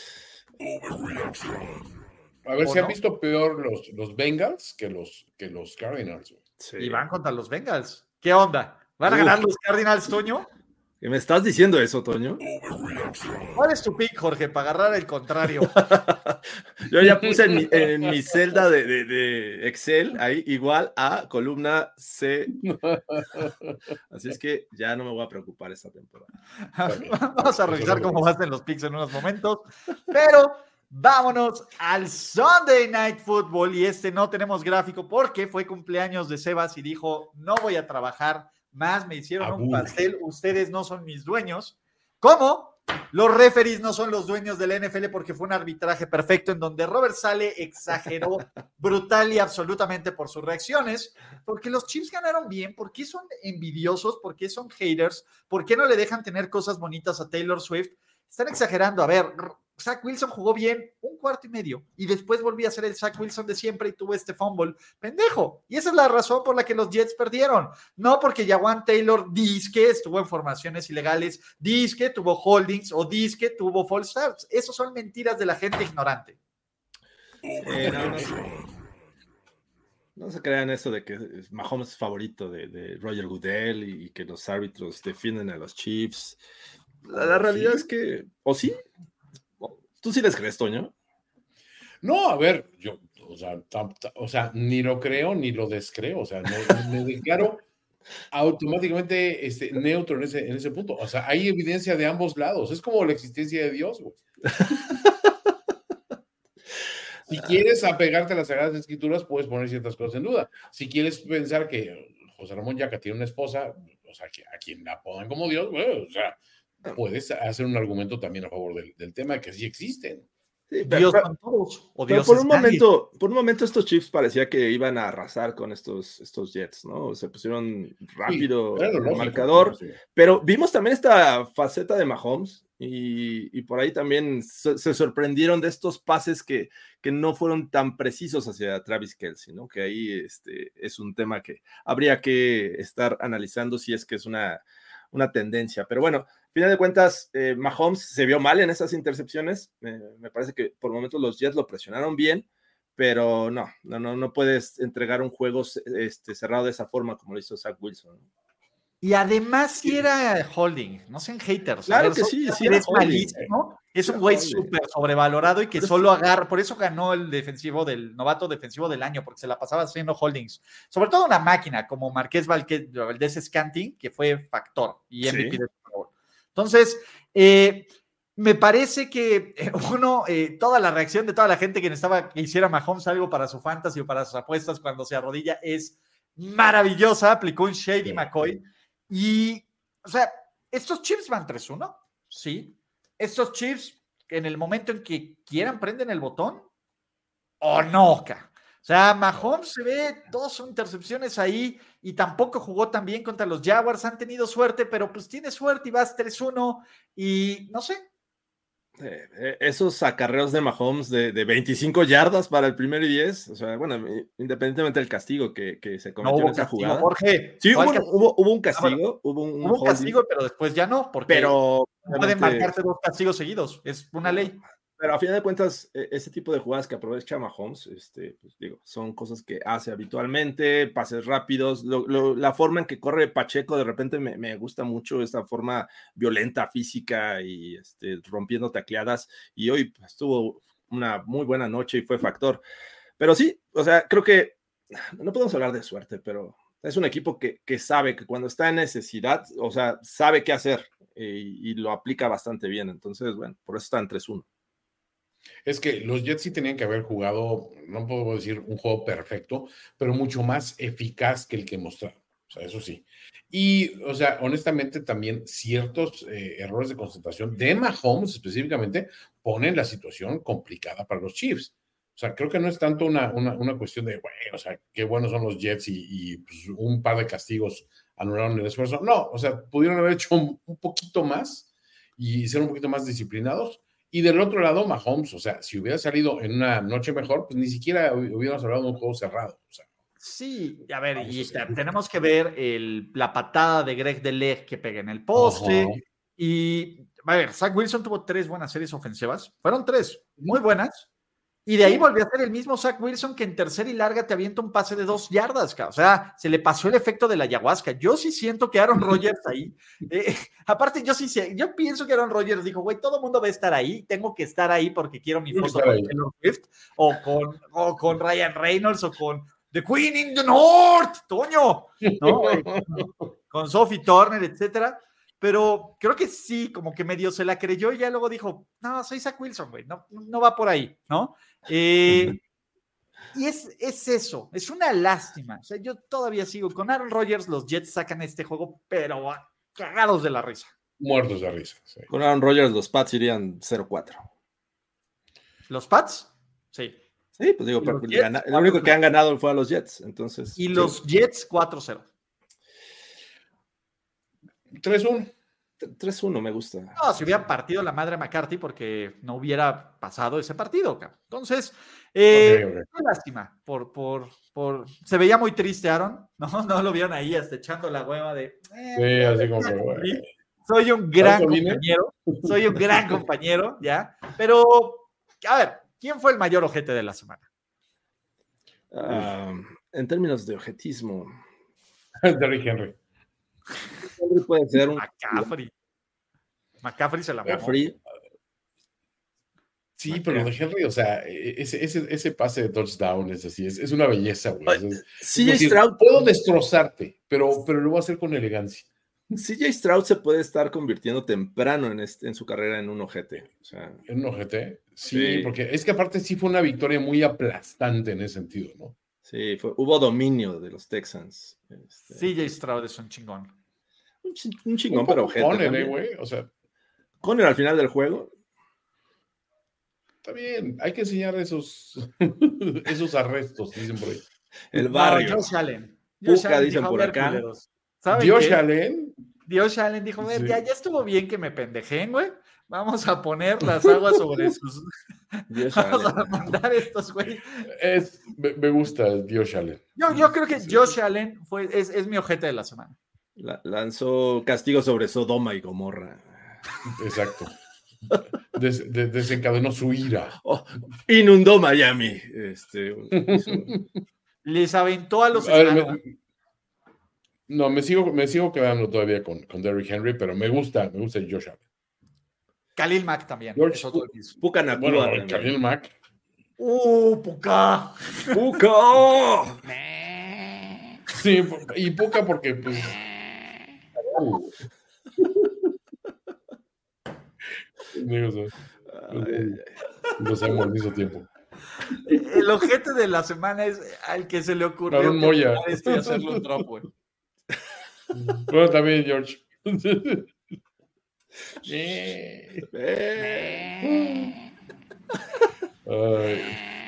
A ver si no? han visto peor los, los Bengals que los, que los Cardinals. Sí. Y van contra los Bengals. ¿Qué onda? ¿Van a uh. ganar los Cardinals, Toño? ¿Me estás diciendo eso, Toño? ¿Cuál es tu pick, Jorge, para agarrar el contrario? Yo ya puse en mi, en mi celda de, de, de Excel, ahí igual a columna C. Así es que ya no me voy a preocupar esta temporada. Vamos a revisar cómo vas en los picks en unos momentos. Pero vámonos al Sunday Night Football. Y este no tenemos gráfico porque fue cumpleaños de Sebas y dijo, no voy a trabajar más, me hicieron Aburre. un pastel, ustedes no son mis dueños. ¿Cómo? Los referees no son los dueños de la N F L porque fue un arbitraje perfecto en donde Robert Saleh exageró brutal y absolutamente por sus reacciones, porque los Chiefs ganaron bien. ¿Por qué son envidiosos? ¿Por qué son haters? ¿Por qué no le dejan tener cosas bonitas a Taylor Swift? Están exagerando. A ver, Zach Wilson jugó bien un cuarto y medio y después volvió a ser el Zach Wilson de siempre y tuvo este fumble pendejo. Y esa es la razón por la que los Jets perdieron. No porque Jawan Taylor disque estuvo en formaciones ilegales, disque tuvo holdings o disque tuvo false starts. Esos son mentiras de la gente ignorante. Eh, no, no, no se crean eso de que Mahomes es favorito de, de Roger Goodell y que los árbitros defienden a los Chiefs. La, la realidad ¿Sí? es que, ¿o sí? ¿Tú sí les crees, Toño? No, a ver, yo, o sea, ta, ta, o sea, ni lo creo ni lo descreo, o sea, me, me declaro automáticamente este, neutro en ese, en ese punto. O sea, hay evidencia de ambos lados, es como la existencia de Dios, güey. Si quieres apegarte a las Sagradas Escrituras, puedes poner ciertas cosas en duda. Si quieres pensar que José Ramón Yaca tiene una esposa, o sea, que a quien la apodan como Dios, bueno, o sea, puedes hacer un argumento también a favor del, del tema de que sí existen. Sí, Dios pero, con todos, o pero Dios por es un nadie. momento, por un momento estos Chiefs parecía que iban a arrasar con estos, estos Jets, ¿no? Se pusieron rápido Sí, era lo en el lógico, marcador, sí. pero vimos también esta faceta de Mahomes y, y por ahí también se, se sorprendieron de estos pases que, que no fueron tan precisos hacia Travis Kelce, ¿no? Que ahí este, es un tema que habría que estar analizando si es que es una, una tendencia, pero bueno, final de cuentas, eh, Mahomes se vio mal en esas intercepciones. Eh, me parece que por momentos los Jets lo presionaron bien, pero no, no, no, no puedes entregar un juego este, cerrado de esa forma como lo hizo Zach Wilson. Y además sí era holding, no sean haters. Claro a ver, que son- sí, sí es era holding. malísimo, es Sí un era güey holding. súper sobrevalorado y que Pero es- solo agarra, por eso ganó el defensivo del novato defensivo del año, porque se la pasaba haciendo holdings. Sobre todo una máquina como Marqués Valdez Scanting, que fue factor y M V P Sí. de Super Bowl. Entonces, eh, me parece que eh, uno, eh, toda la reacción de toda la gente que necesitaba que hiciera Mahomes algo para su fantasy o para sus apuestas cuando se arrodilla es maravillosa. Aplicó un Shady Sí. McCoy y, o sea, estos Chiefs van tres uno, sí. Estos Chiefs, en el momento en que quieran, prenden el botón o no, ca. O sea, Mahomes se ve dos son intercepciones ahí y tampoco jugó tan bien contra los Jaguars. Han tenido suerte, pero pues tiene suerte y vas tres uno y no sé. Eh, eh, esos acarreos de Mahomes de, de veinticinco yardas para el primero y diez, o sea, bueno, independientemente del castigo que, que se No cometió hubo en esa castigo, jugada. Jorge. Sí, ¿Cuál hubo, castigo? hubo, hubo un Ah, bueno, castigo, hubo un, un hubo un holding, castigo, pero después ya no, porque pero no pueden obviamente- marcarte dos castigos seguidos. Es una ley. Pero a final de cuentas, e- ese tipo de jugadas que aprovecha Mahomes, este, pues digo, son cosas que hace habitualmente, pases rápidos, lo- lo- la forma en que corre Pacheco de repente me, me gusta mucho, esta forma violenta, física y este, rompiendo tacleadas, y hoy pues, tuvo una muy buena noche y fue factor. Pero sí, o sea, creo que no podemos hablar de suerte, pero es un equipo que, que sabe que cuando está en necesidad, o sea, sabe qué hacer eh, y lo aplica bastante bien. Entonces, bueno, por eso están tres uno. Es que los Jets sí tenían que haber jugado, no puedo decir un juego perfecto, pero mucho más eficaz que el que mostraron. O sea, eso sí. Y, o sea, honestamente también ciertos eh, errores de concentración de Mahomes específicamente ponen la situación complicada para los Chiefs. O sea, creo que no es tanto una, una, una cuestión de, güey, o sea, qué buenos son los Jets y, y pues, un par de castigos anularon el esfuerzo. No, o sea, pudieron haber hecho un, un poquito más y ser un poquito más disciplinados. Y del otro lado, Mahomes, o sea, si hubiera salido en una noche mejor, pues ni siquiera hubiéramos hablado de un juego cerrado. O sea, Sí, a ver, Vamos y a seguir. tenemos que ver el, la patada de Greg Deleg que pega en el poste. Ajá. Y, a ver, Zach Wilson tuvo tres buenas series ofensivas. Fueron tres, muy buenas. Y de ahí volvió a ser el mismo Zach Wilson que en tercera y larga te avienta un pase de dos yardas, ca. O sea, se le pasó el efecto de la ayahuasca. Yo sí siento que Aaron Rodgers ahí, eh, aparte yo sí sé, yo pienso que Aaron Rodgers dijo, güey, todo el mundo va a estar ahí, tengo que estar ahí porque quiero mi Tengo que foto estar con ahí. Taylor Swift o con, o con Ryan Reynolds o con The Queen in the North, Toño, ¿no? Eh, con, con Sophie Turner, etcétera. Pero creo que sí, como que medio se la creyó y ya luego dijo, no, soy Zach Wilson, güey, no, no va por ahí, ¿no? Eh, y es, es eso, es una lástima. O sea, yo todavía sigo con Aaron Rodgers, los Jets sacan este juego, pero cagados de la risa. Muertos de risa. Sí. Con Aaron Rodgers los Pats irían cero cuatro. ¿Los Pats? Sí. Sí, pues digo, Y pero los le Jets, gana- lo único que han ganado fue a los Jets, entonces. Y sí. los Jets cuatro cero. tres uno. tres uno me gusta. No, si hubiera partido la madre McCarthy porque no hubiera pasado ese partido, cabrón. Entonces, eh, Ok, ok. qué lástima. Por, por, por... Se veía muy triste Aaron, ¿no? No lo vieron ahí hasta echando la hueva de... eh, Sí, así como ya que, cumplí. güey. Soy un gran ¿Cuánto vine? compañero, soy un gran compañero, ¿ya? Pero, a ver, ¿quién fue el mayor ojete de la semana? Ah, en términos de objetismo, Derrick Henry. Henry puede ser un McCaffrey. McCaffrey se la mamó. McCaffrey. Sí, pero lo de Henry, o sea, ese, ese, ese pase de touchdown es así, es, es una belleza, güey. Es, es C J decir, Stroud, puedo destrozarte, pero, pero lo voy a hacer con elegancia. C J Stroud se puede estar convirtiendo temprano en, este, en su carrera en un ojete. O sea, ¿En un ojete? Sí, Sí. porque es que aparte sí fue una victoria muy aplastante en ese sentido, ¿no? Sí, fue, hubo dominio de los Texans. Este, C J Stroud es un chingón. Un, un chingón, un pero ojete. Conner, eh, güey. O sea, Conner al final del juego. Está bien, hay que enseñar esos, esos arrestos, dicen por ahí. El barrio. No, Josh Allen. Josh Puka, Allen dicen dijo, por "Ver, acá". culeros". ¿Saben Josh qué? Allen. Josh Allen dijo, "Ver, Sí. ya, ya estuvo bien que me pendejeen, güey. Vamos a poner las aguas sobre sus... Josh Vamos Allen. a mandar estos, güey". Es, me, me gusta Josh Allen. Yo, yo creo que Josh Allen fue, es, es mi ojete de la semana. La, lanzó castigo sobre Sodoma y Gomorra. Exacto. Des, de, desencadenó su ira. Oh, inundó Miami. Este, hizo... Les aventó a los... A ver, enanos. me, no, me sigo, me sigo quedando todavía con, con Derrick Henry, pero me gusta, me gusta Josh Allen. Khalil Mack también. George es otro que hizo. Puka Nakua Bueno, también. Khalil Mack. ¡Uh, Puka! ¡Puka! Sí, y Puka porque pues, uh. Digo, o sea, lo sabemos al mismo tiempo. El ojete de la semana es al que se le ocurrió Aaron Moya. esto y hacerle un drop, güey. Bueno, también George. Ay.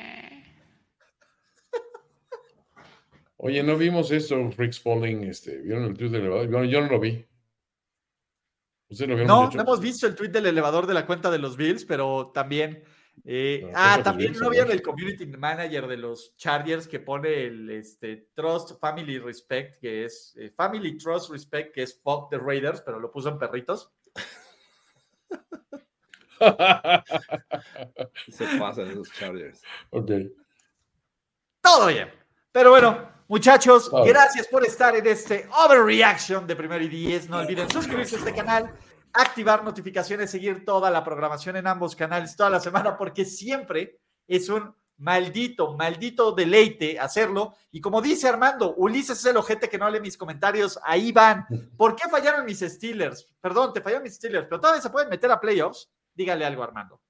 Oye, no vimos eso, Rick Spalding, este, ¿vieron el tweet del elevador? Bueno, yo no lo vi. ¿Ustedes lo vieron, No, muchachos? no hemos visto el tweet del elevador de la cuenta de los Bills, pero también... eh, No, ah, los también Bills, no vieron ¿no? el community manager de los Chargers que pone el este, Trust, Family Respect, que es eh, Family Trust Respect, que es Fuck the Raiders, pero lo puso en perritos. Se pasan esos Chargers. Ok. Todo bien. Pero bueno, muchachos, Todo. gracias por estar en este Overreaction de Primero y Diez. No olviden suscribirse a este canal, activar notificaciones, seguir toda la programación en ambos canales toda la semana, porque siempre es un maldito, maldito deleite hacerlo. Y como dice Armando, Ulises es el ojete que no lee mis comentarios. Ahí van. ¿Por qué fallaron mis Steelers? Perdón, te fallaron mis Steelers, pero todavía se pueden meter a playoffs. Dígale algo, Armando.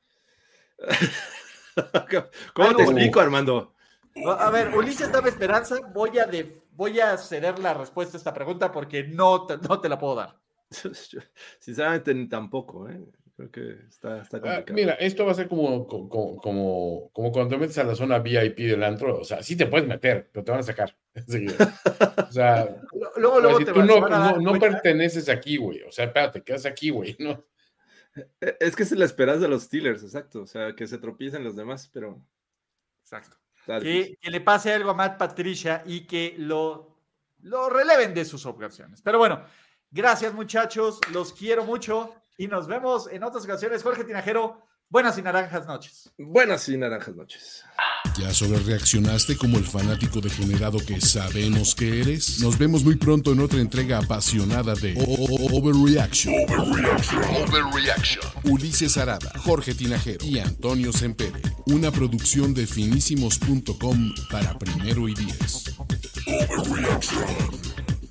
¿Cómo Algo, te explico, Armando? A ver, Ulises, dame esperanza. Voy a, de, voy a ceder la respuesta a esta pregunta porque no te, no te la puedo dar. Sinceramente, tampoco, ¿eh? Creo que está, está complicado. Ah, mira, esto va a ser como, como, como, como cuando te metes a la zona V I P del antro. O sea, sí te puedes meter, pero te van a sacar enseguida. O sea, luego, luego si te tú vas, no, se van a dar no, no cuenta. perteneces aquí, güey. O sea, espérate, quedas aquí, güey. ¿No? Es que se la esperas de los Steelers, exacto. O sea, que se tropiecen los demás, pero. Exacto. está Que, difícil. que le pase algo a Matt Patricia y que lo, lo releven de sus obligaciones. Pero bueno, gracias, muchachos. Los quiero mucho y nos vemos en otras ocasiones. Jorge Tinajero, buenas y naranjas noches. Buenas y naranjas noches. ¿Ya sobrereaccionaste como el fanático degenerado que sabemos que eres? Nos vemos muy pronto en otra entrega apasionada de O- O- O- Overreaction. Overreaction. Overreaction. Ulises Arada, Jorge Tinajero y Antonio Sempere. Una producción de finísimos punto com para Primero y Diez. Overreaction.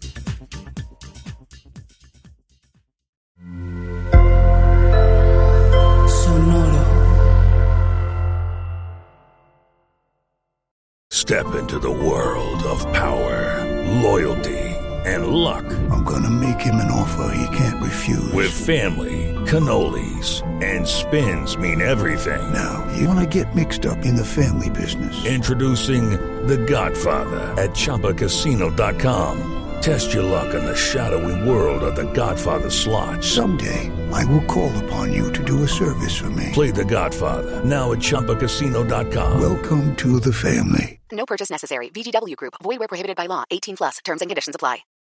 Step into the world of power, loyalty, and luck. I'm gonna make him an offer he can't refuse. With family, cannolis, and spins mean everything. Now, you wanna get mixed up in the family business. Introducing The Godfather at Chumba Casino dot com. Test your luck in the shadowy world of The Godfather slot. Someday, I will call upon you to do a service for me. Play The Godfather now at Chumba Casino dot com. Welcome to the family. No purchase necessary. V G W Group. Void where prohibited by law. eighteen plus. Terms and conditions apply.